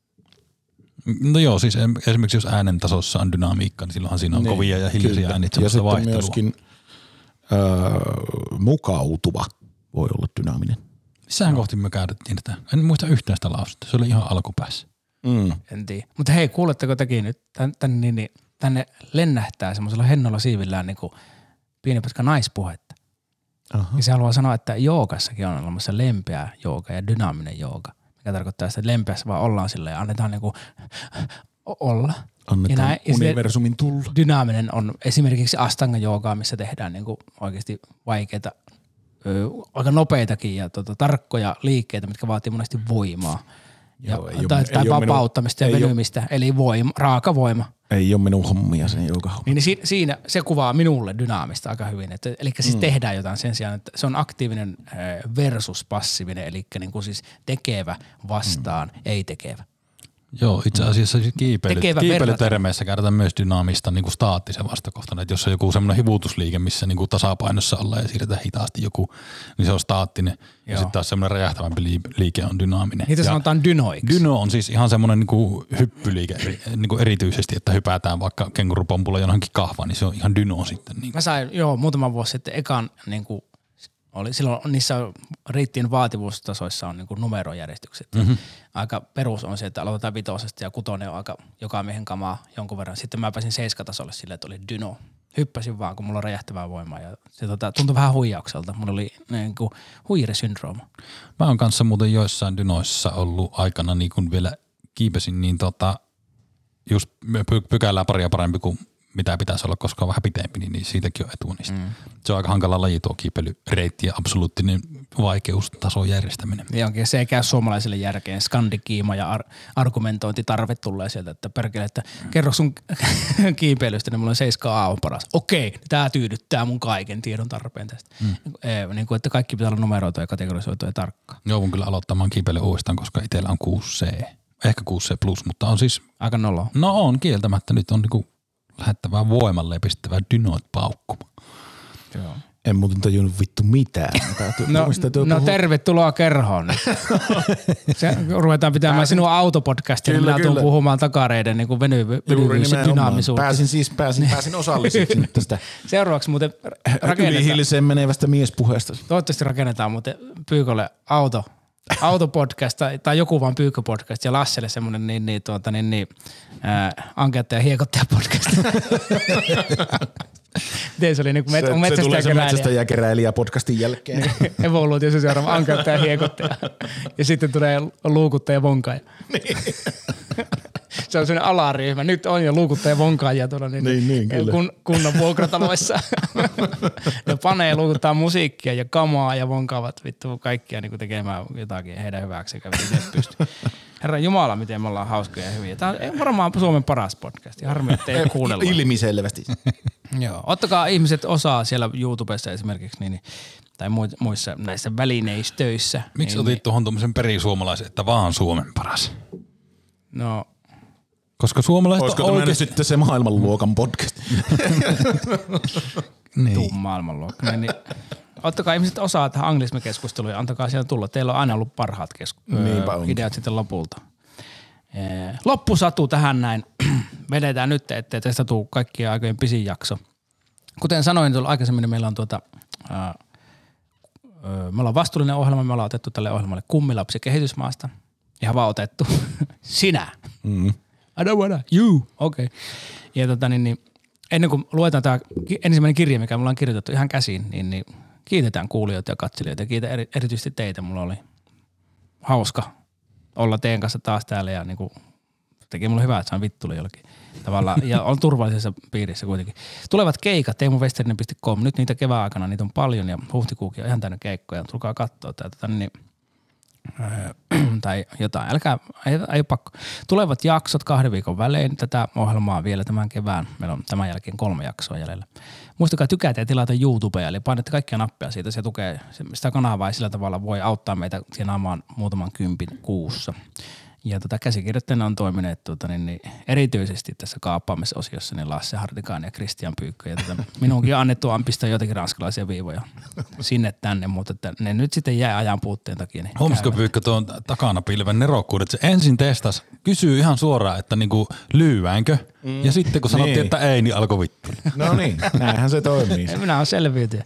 No joo, siis esimerkiksi jos äänen tasossa on dynamiikka, niin silloinhan siinä on niin, kovia ja hiljaisia ääniä. Ja sitten vaihtelua. Myöskin Öö, mukautuva voi olla dynaaminen. Missähän kohti me käytettiin tätä? En muista yhtään sitä lausetta. Se oli ihan alkupäässä. Mm. En tiedä. Mutta hei, kuuletteko tekin nyt? Tän, tän, niin, niin, tänne lennähtää semmoisella hennolla siivillään niin kuin pieni pätkä naispuhetta. Aha. Ja se haluaa sanoa, että joogassakin on olemassa lempeä jooga ja dynaaminen jooga. Mikä tarkoittaa sitä, että lempeässä vaan ollaan silleen ja annetaan niinku olla. Annetaan ja näin, universumin tulla. Dynaaminen on esimerkiksi astanga joogaa, missä tehdään niinku oikeasti vaikeita, ö, aika nopeitakin ja tota, tarkkoja liikkeitä, mitkä vaatii monesti voimaa. Joo, ja, ei tai ole- tai ei ole vapauttamista minun- ja ei ole- venymistä, eli voima, raaka voima. Ei ole minun hommia sen joukahomma. Niin, niin si- siinä se kuvaa minulle dynaamista aika hyvin. Että, eli siis mm. tehdään jotain sen sijaan, että se on aktiivinen versus passiivinen, eli niin kuin siis tekevä vastaan mm. ei tekevä. Joo, itse asiassa siis kiipeily, Tekevä kiipeilytermeissä käytetään myös dynaamista niin kuin staattisen vastakohtana. Että jos on joku semmoinen hivutusliike, missä niin kuin tasapainossa ollaan ja siirretään hitaasti joku, niin se on staattinen. Joo. Ja sitten taas semmoinen räjähtävämpi liike on dynaaminen. Niitä ja sanotaan dynoiksi. Dyno on siis ihan semmoinen niin kuin hyppyliike niin kuin erityisesti, että hypätään vaikka kengurupompulla johonkin kahvaan, niin se on ihan dyno sitten. Niin Mä sain joo muutama vuosi sitten ekan niin kuin, oli silloin niissä reittien vaativuustasoissa on niin kuin numerojärjestykset. Mm-hmm. Aika perus on se, että aloitetaan vitosesta ja kutonen on aika joka miehen kamaa jonkun verran. Sitten mä pääsin seiskatasolle silleen, että oli dyno. Hyppäsin vaan, kun mulla on räjähtävää voimaa ja se tota, tuntui vähän huijaukselta. Mulla oli niin kuin huijarisyndrooma. Mä oon kanssa muuten joissain dynoissa ollut aikana, niin kun vielä kiipesin, niin tota, just py- pykälää paria parempi kuin mitä pitäisi olla, koska on vähän pitempi, niin siitäkin on etu niistä. Mm. Se on aika hankala laji tuo kiipeilyreitti ja absoluuttinen vaikeustason järjestäminen. Ja onkin se ei käy suomalaiselle järkeen. Skandikiima ja ar- argumentointitarve tulee sieltä, että perkele, että kerro sun kiipeilystä, niin mulla on seitsemän A on paras. Okei, tää tyydyttää mun kaiken tiedon tarpeen tästä. Mm. Ee, niin kuin, että kaikki pitää olla numeroitua ja kategorisoitua ja tarkkaan. Joudun kyllä aloittamaan kiipeily uudestaan, koska itsellä on kuusi C. Ehkä kuusi C plus, mutta on siis, Aika noloa. no on kieltämättä, nyt on niinku lähettävää voimalle ja pistettävää dynoit paukkumaan. Joo. En muuten tajunnut vittu mitään. No, no tervetuloa kerhoon nyt. Se, ruvetaan pitämään pääsin, sinun autopodcastia, niin minä tuun puhumaan takareiden niin veny, venyvyys ja dynaamisuutta. Pääsin siis pääsin, pääsin osalliseksi nyt tästä Seuraavaksi muuten rakennetaan. ylihiiliseen menevästä miespuheesta. Toivottavasti rakennetaan muuten Pyykölle auto, autopodcast tai, tai joku vaan Pyykköpodcast ja Lasselle semmoinen niin, niin, tuota, niin, niin, äh, ankeutta ja hiekottaja podcast. Miten se oli niin kuin met- Se, se tulee se metsästäjäkeräilijä podcastin jälkeen. Evoluutio se seuraava ankeutta ja hiekottaja. Ja sitten tulee luukuttaja vonkaaja. Niin. Se on sellainen alaryhmä. Nyt on jo luukuttaja vonkaajia tuolla niin, niin, niin, kyllä. kun, kunnan vuokrataloissa. Ne panee luukuttaa musiikkia ja kamaa ja vonkaavat vittu kaikkia niin kuin tekemään jotakin heidän hyväksi. Herra Jumala, miten me ollaan hauskoja ja hyviä. Tämä on varmaan Suomen paras podcast. Ja harmi, että ei kuunnella. Ilmiselvästi. Joo. Ottakaa ihmiset osaa siellä YouTubessa esimerkiksi niin, tai muissa näissä välineistöissä. Miksi niin, otit tuohon tuommoisen perisuomalaisen, että vaan Suomen paras? No, koska suomalaiset olisiko on tämä oikeasti... nyt sitten se maailmanluokan podcast? niin. tuu maailmanluokka. Niin, niin, ottakaa ihmiset osaa tähän anglismikeskusteluun ja antakaa siellä tulla. Teillä on aina ollut parhaat kesku- öö, ideat sitten lopulta. Ee, loppusatu tähän näin. Vedetään nyt, ettei tästä tule kaikkien aikojen pisin jakso. Kuten sanoin tuolla aikaisemmin, niin meillä on tuota... Ää, me ollaan vastuullinen ohjelma, me ollaan otettu tälle ohjelmalle kummilapsi kehitysmaasta. Ihan vaan otettu. Sinä. Mm. I don't wanna. You. Okei. Okay. Ja tota niin, niin ennen kuin luetaan tämä ensimmäinen kirja, mikä mulla on kirjoitettu ihan käsiin, niin, niin kiitetään kuulijoita ja katselijoita. Ja kiitän eri, erityisesti teitä. Mulla oli hauska olla teidän kanssa taas täällä ja niin kuin teki mulle hyvää, että saan vittuille jollakin tavalla. Ja on turvallisessa piirissä kuitenkin. Tulevat keikat, teemu westerinen piste com. Nyt niitä kevään aikana, niitä on paljon ja huhtikuukin on ihan täynnä keikkoja. Tulkaa katsoa tätä, niin tai jotain. Älkää, ei, ei pakko. Tulevat jaksot kahden viikon välein tätä ohjelmaa vielä tämän kevään. Meillä on tämän jälkeen kolme jaksoa jäljellä. Muistakaa tykätä ja tilata YouTubea, eli painatte kaikkia nappeja siitä. Se tukee sitä kanavaa ja sillä tavalla voi auttaa meitä tienaamaan muutaman kympin kuussa. Ja tota, käsikirjoittajana on toimineet tuota, niin, niin, erityisesti tässä kaappaamisosiossa niin Lasse Hartikainen ja Christian Pyykkö. Ja tota, minunkin on annettu pistää jotakin ranskalaisia viivoja sinne tänne, mutta että ne nyt sitten jää ajan puutteen takia. Niin Huomasiko Pyykkö tuon takana pilven nerokkuudet? Se ensin testas, kysyy ihan suoraan, että niinku lyydäänkö? Mm. Ja sitten kun sanottiin, niin. että ei, niin alkoi vittu. No niin, näinhän se toimii. Minä olen selviytyjä.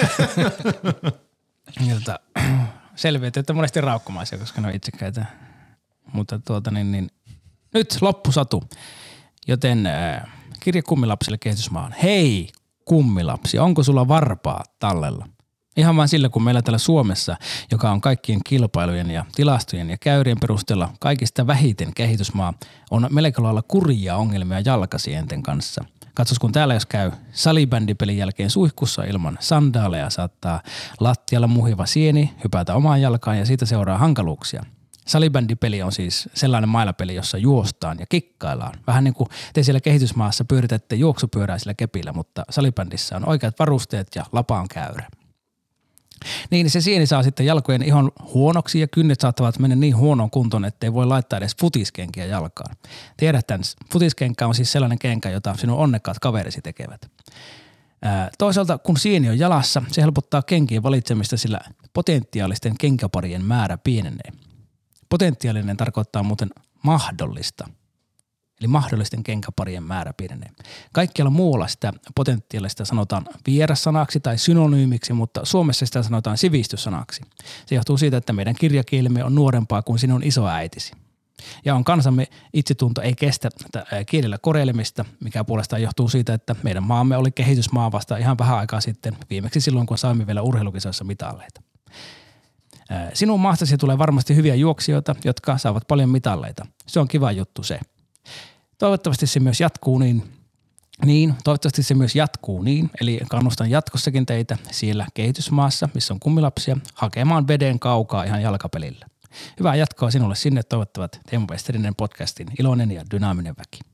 Tota, selviytyjät on monesti raukkumaisia, koska ne on itsekäitä. Mutta tuota niin, niin nyt loppusatu, joten äh, kirja kummilapsille kehitysmaahan. Hei kummilapsi, onko sulla varpaa tallella? Ihan vain sillä, kun meillä täällä Suomessa, joka on kaikkien kilpailujen ja tilastojen ja käyrien perusteella kaikista vähiten kehitysmaa, on melko lailla kurjia ongelmia jalkasienten kanssa. Katsos, kun täällä jos käy salibändipelin jälkeen suihkussa ilman sandaaleja, saattaa lattialla muhiva sieni hypätä omaan jalkaan ja siitä seuraa hankaluuksia. Salibändipeli on siis sellainen mailapeli, jossa juostaan ja kikkaillaan. Vähän niin kuin te siellä kehitysmaassa pyöritätte juoksupyörää sillä kepillä, mutta salibändissä on oikeat varusteet ja lapa on käyrä. Niin se sieni saa sitten jalkojen ihon huonoksi ja kynnet saattavat mennä niin huonoon kuntoon, ettei voi laittaa edes futiskenkiä jalkaan. Tiedäthän, futiskenkä on siis sellainen kenkä, jota sinun onnekkaat kaverisi tekevät. Ää, toisaalta kun sieni on jalassa, se helpottaa kenkien valitsemista, sillä potentiaalisten kenkäparien määrä pienenee. Potentiaalinen tarkoittaa muuten mahdollista. Eli mahdollisten kenkäparien määrä pienenee. Kaikkialla muualla sitä potentiaalista sanotaan vierassanaksi tai synonyymiksi, mutta Suomessa sitä sanotaan sivistyssanaksi. Se johtuu siitä, että meidän kirjakielemme on nuorempaa kuin sinun isoäitisi. Ja on kansamme itsetunto ei kestä kielellä koreilemista, mikä puolestaan johtuu siitä, että meidän maamme oli kehitysmaa vasta ihan vähän aikaa sitten, viimeksi silloin kun saimme vielä urheilukisoissa mitalleita. Sinun maastasi tulee varmasti hyviä juoksijoita, jotka saavat paljon mitalleita. Se on kiva juttu se. Toivottavasti se myös jatkuu niin, niin, toivottavasti se myös jatkuu niin, eli kannustan jatkossakin teitä siellä kehitysmaassa, missä on kummilapsia, hakemaan veden kaukaa ihan jalkapelillä. Hyvää jatkoa sinulle sinne toivottavat Teemu Westerinen podcastin iloinen ja dynaaminen väki.